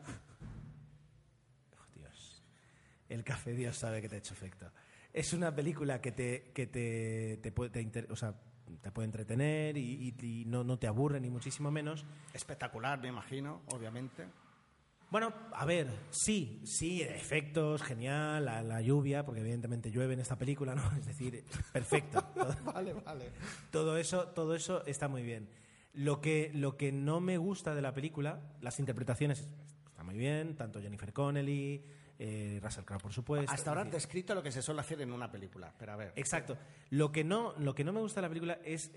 Oh, Dios, el café Dios sabe que te ha hecho efecto. Es una película que te puede entretener y no te aburre ni muchísimo menos. Espectacular, me imagino, obviamente. Bueno, a ver, sí, efectos, genial, la lluvia, porque evidentemente llueve en esta película, ¿no? Es decir, perfecto. Vale. Todo eso está muy bien. Lo que no me gusta de la película, las interpretaciones están muy bien, tanto Jennifer Connelly, Russell Crowe, por supuesto. Hasta ahora es te he decir, descrito lo que se suele hacer en una película, pero a ver. exacto. Lo que no me gusta de la película es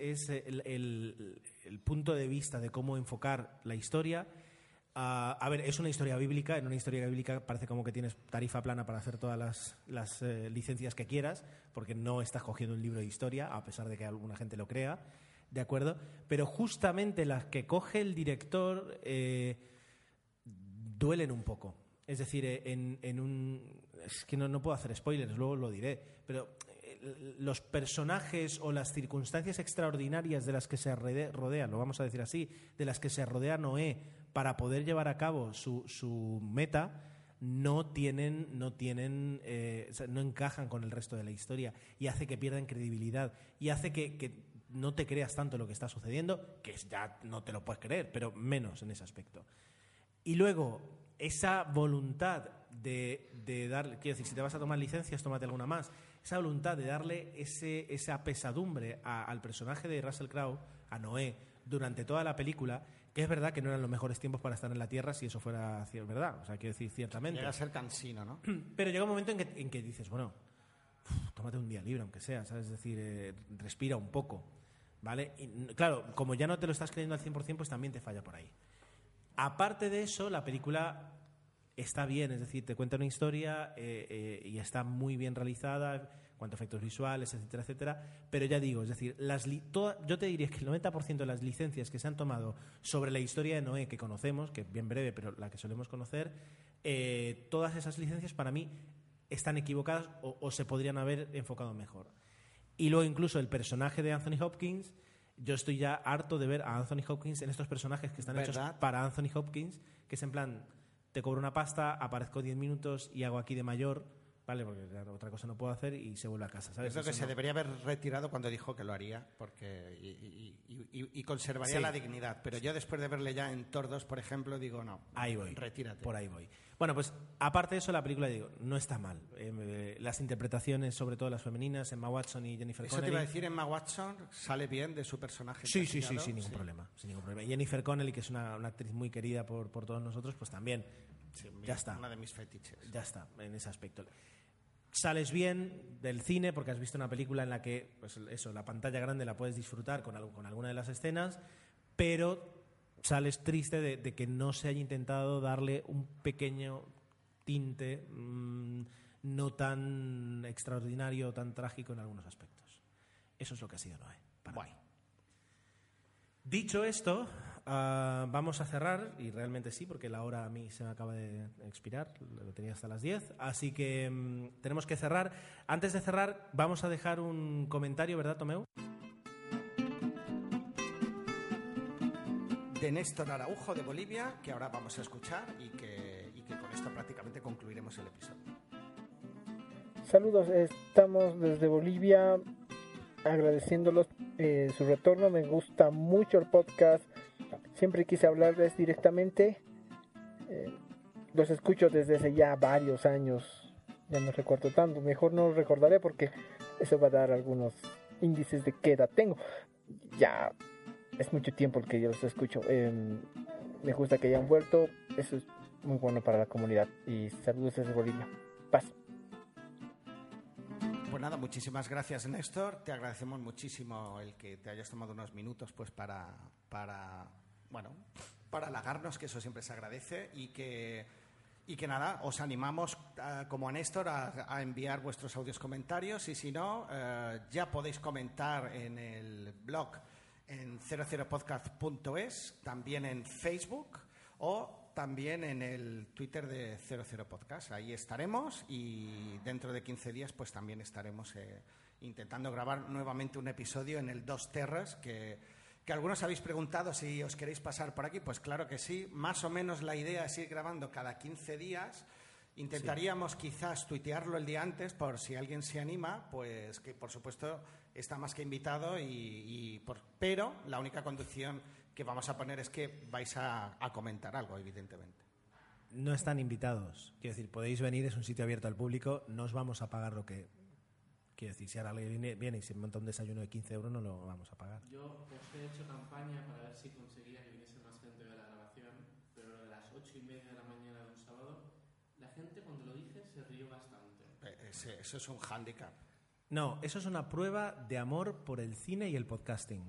el punto de vista de cómo enfocar la historia. A ver, es una historia bíblica. En una historia bíblica parece como que tienes tarifa plana para hacer todas las licencias que quieras, porque no estás cogiendo un libro de historia, a pesar de que alguna gente lo crea, ¿de acuerdo? Pero justamente las que coge el director duelen un poco. Es decir, es que no puedo hacer spoilers, luego lo diré, pero los personajes o las circunstancias extraordinarias de las que se rodea, lo vamos a decir así, de las que se rodea Noé para poder llevar a cabo su meta, no encajan con el resto de la historia y hace que pierdan credibilidad y hace que no te creas tanto lo que está sucediendo, que ya no te lo puedes creer, pero menos en ese aspecto. Y luego, esa voluntad de darle, quiero decir, si te vas a tomar licencias, tómate alguna más, esa voluntad de darle esa pesadumbre al personaje de Russell Crowe, a Noé, durante toda la película, que es verdad que no eran los mejores tiempos para estar en la Tierra si eso fuera verdad, o sea, quiero decir, ciertamente. Llega a ser cansino, ¿no? Pero llega un momento en que dices, bueno, tómate un día libre, aunque sea, ¿sabes? Es decir, respira un poco, ¿vale? Y, claro, como ya no te lo estás creyendo al 100%, pues también te falla por ahí. Aparte de eso, la película está bien, es decir, te cuenta una historia y está muy bien realizada en cuanto a efectos visuales, etcétera, etcétera, pero ya digo, es decir, yo te diría que el 90% de las licencias que se han tomado sobre la historia de Noé que conocemos, que es bien breve, pero la que solemos conocer, todas esas licencias para mí están equivocadas o se podrían haber enfocado mejor. Y luego incluso el personaje de Anthony Hopkins, yo estoy ya harto de ver a Anthony Hopkins en estos personajes que están hechos para Anthony Hopkins, que es en plan, te cobro una pasta, aparezco 10 minutos y hago aquí de mayor, ¿vale? Porque otra cosa no puedo hacer y se vuelve a casa, ¿sabes? Creo que Eso se no. debería haber retirado cuando dijo que lo haría, porque y conservaría Sí. la dignidad. Pero yo después de verle ya en Thor 2, por ejemplo, digo, no, Ahí voy. retírate. Por ahí voy. Bueno, pues aparte de eso, la película, digo, no está mal. Las interpretaciones, sobre todo las femeninas, Emma Watson y Jennifer Eso Connelly. te iba a decir, Emma Watson sale bien de su personaje. Sí, encasillado, sin ningún problema. Sin ningún problema. Y Jennifer Connelly, que es una actriz muy querida por todos nosotros, pues también. Sí, Ya está. Una de mis fetiches. Ya está, en ese aspecto. Sales bien del cine porque has visto una película en la que, pues eso, la pantalla grande la puedes disfrutar con alguna de las escenas, pero sales triste de que no se haya intentado darle un pequeño tinte no tan extraordinario, tan trágico en algunos aspectos. Eso es lo que ha sido Noé para mí. Dicho esto, vamos a cerrar, y realmente sí, porque la hora a mí se me acaba de expirar, lo tenía hasta las 10, así que tenemos que cerrar. Antes de cerrar, vamos a dejar un comentario, ¿verdad, Tomeu? De Néstor Araujo de Bolivia, que ahora vamos a escuchar y que con esto prácticamente concluiremos el episodio. Saludos, estamos desde Bolivia agradeciéndolos su retorno. Me gusta mucho el podcast, siempre quise hablarles directamente. Los escucho desde hace ya varios años, ya no recuerdo tanto, mejor no recordaré porque eso va a dar algunos índices de qué edad tengo. Ya es mucho tiempo el que yo los escucho. Me gusta que hayan vuelto, eso es muy bueno para la comunidad. Y saludos desde Bolivia. Paz. Pues nada, muchísimas gracias, Néstor. Te agradecemos muchísimo el que te hayas tomado unos minutos pues para halagarnos, que eso siempre se agradece, y que nada, os animamos como a Néstor a enviar vuestros audios comentarios, y si no, ya podéis comentar en el blog en 00podcast.es, también en Facebook o también en el Twitter de 00 Podcast. Ahí estaremos, y dentro de 15 días pues también estaremos intentando grabar nuevamente un episodio en el Dos Terras, que algunos habéis preguntado si os queréis pasar por aquí. Pues claro que sí, más o menos la idea es ir grabando cada 15 días. Intentaríamos quizás tuitearlo el día antes, por si alguien se anima, pues que por supuesto está más que invitado, pero la única condición que vamos a poner es que vais a comentar algo, evidentemente. No están invitados. Quiero decir, podéis venir, es un sitio abierto al público, no os vamos a pagar lo que... Quiero decir, si ahora alguien viene y se monta un desayuno de 15 euros, no lo vamos a pagar. Yo os he hecho campaña para ver si conseguía que viniese más gente de la grabación, pero de las 8:30 de la mañana de un sábado, la gente cuando lo dije se rió bastante. Eso es un hándicap. No, eso es una prueba de amor por el cine y el podcasting.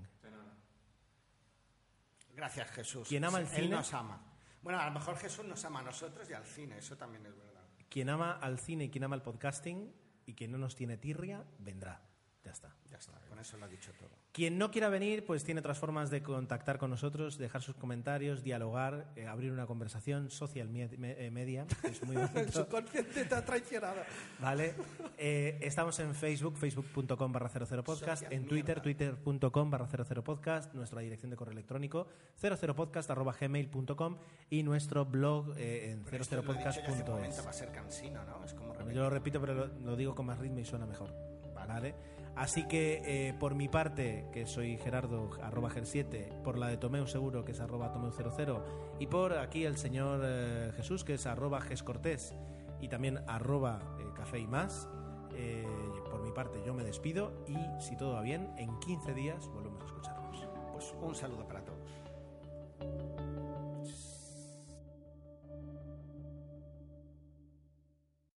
Gracias, Jesús. Quien ama el cine... Él nos ama. Bueno, a lo mejor Jesús nos ama a nosotros y al cine, eso también es verdad. Quien ama al cine y quien ama el podcasting y quien no nos tiene tirria, vendrá. Ya está. Ya está, con eso lo ha dicho todo. Quien no quiera venir, pues tiene otras formas de contactar con nosotros, dejar sus comentarios, dialogar, abrir una conversación, social media, que es muy bonito. El subconsciente te ha traicionado. Vale. Estamos en Facebook, facebook.com/00podcast, en Twitter, twitter.com/00podcast, nuestra dirección de correo electrónico 00podcast@gmail.com y nuestro blog en 00podcast.es. Va a ser cansino, ¿no? Es como yo lo repito, pero lo digo con más ritmo y suena mejor. ¿Vale? Así que por mi parte, que soy Gerardo @ger7, por la de Tomeu seguro, que es @tomeu00, y por aquí el señor Jesús, que es @gescortés, y también @café y más. Por mi parte yo me despido, y si todo va bien, en 15 días volvemos a escucharnos. Pues un saludo para todos.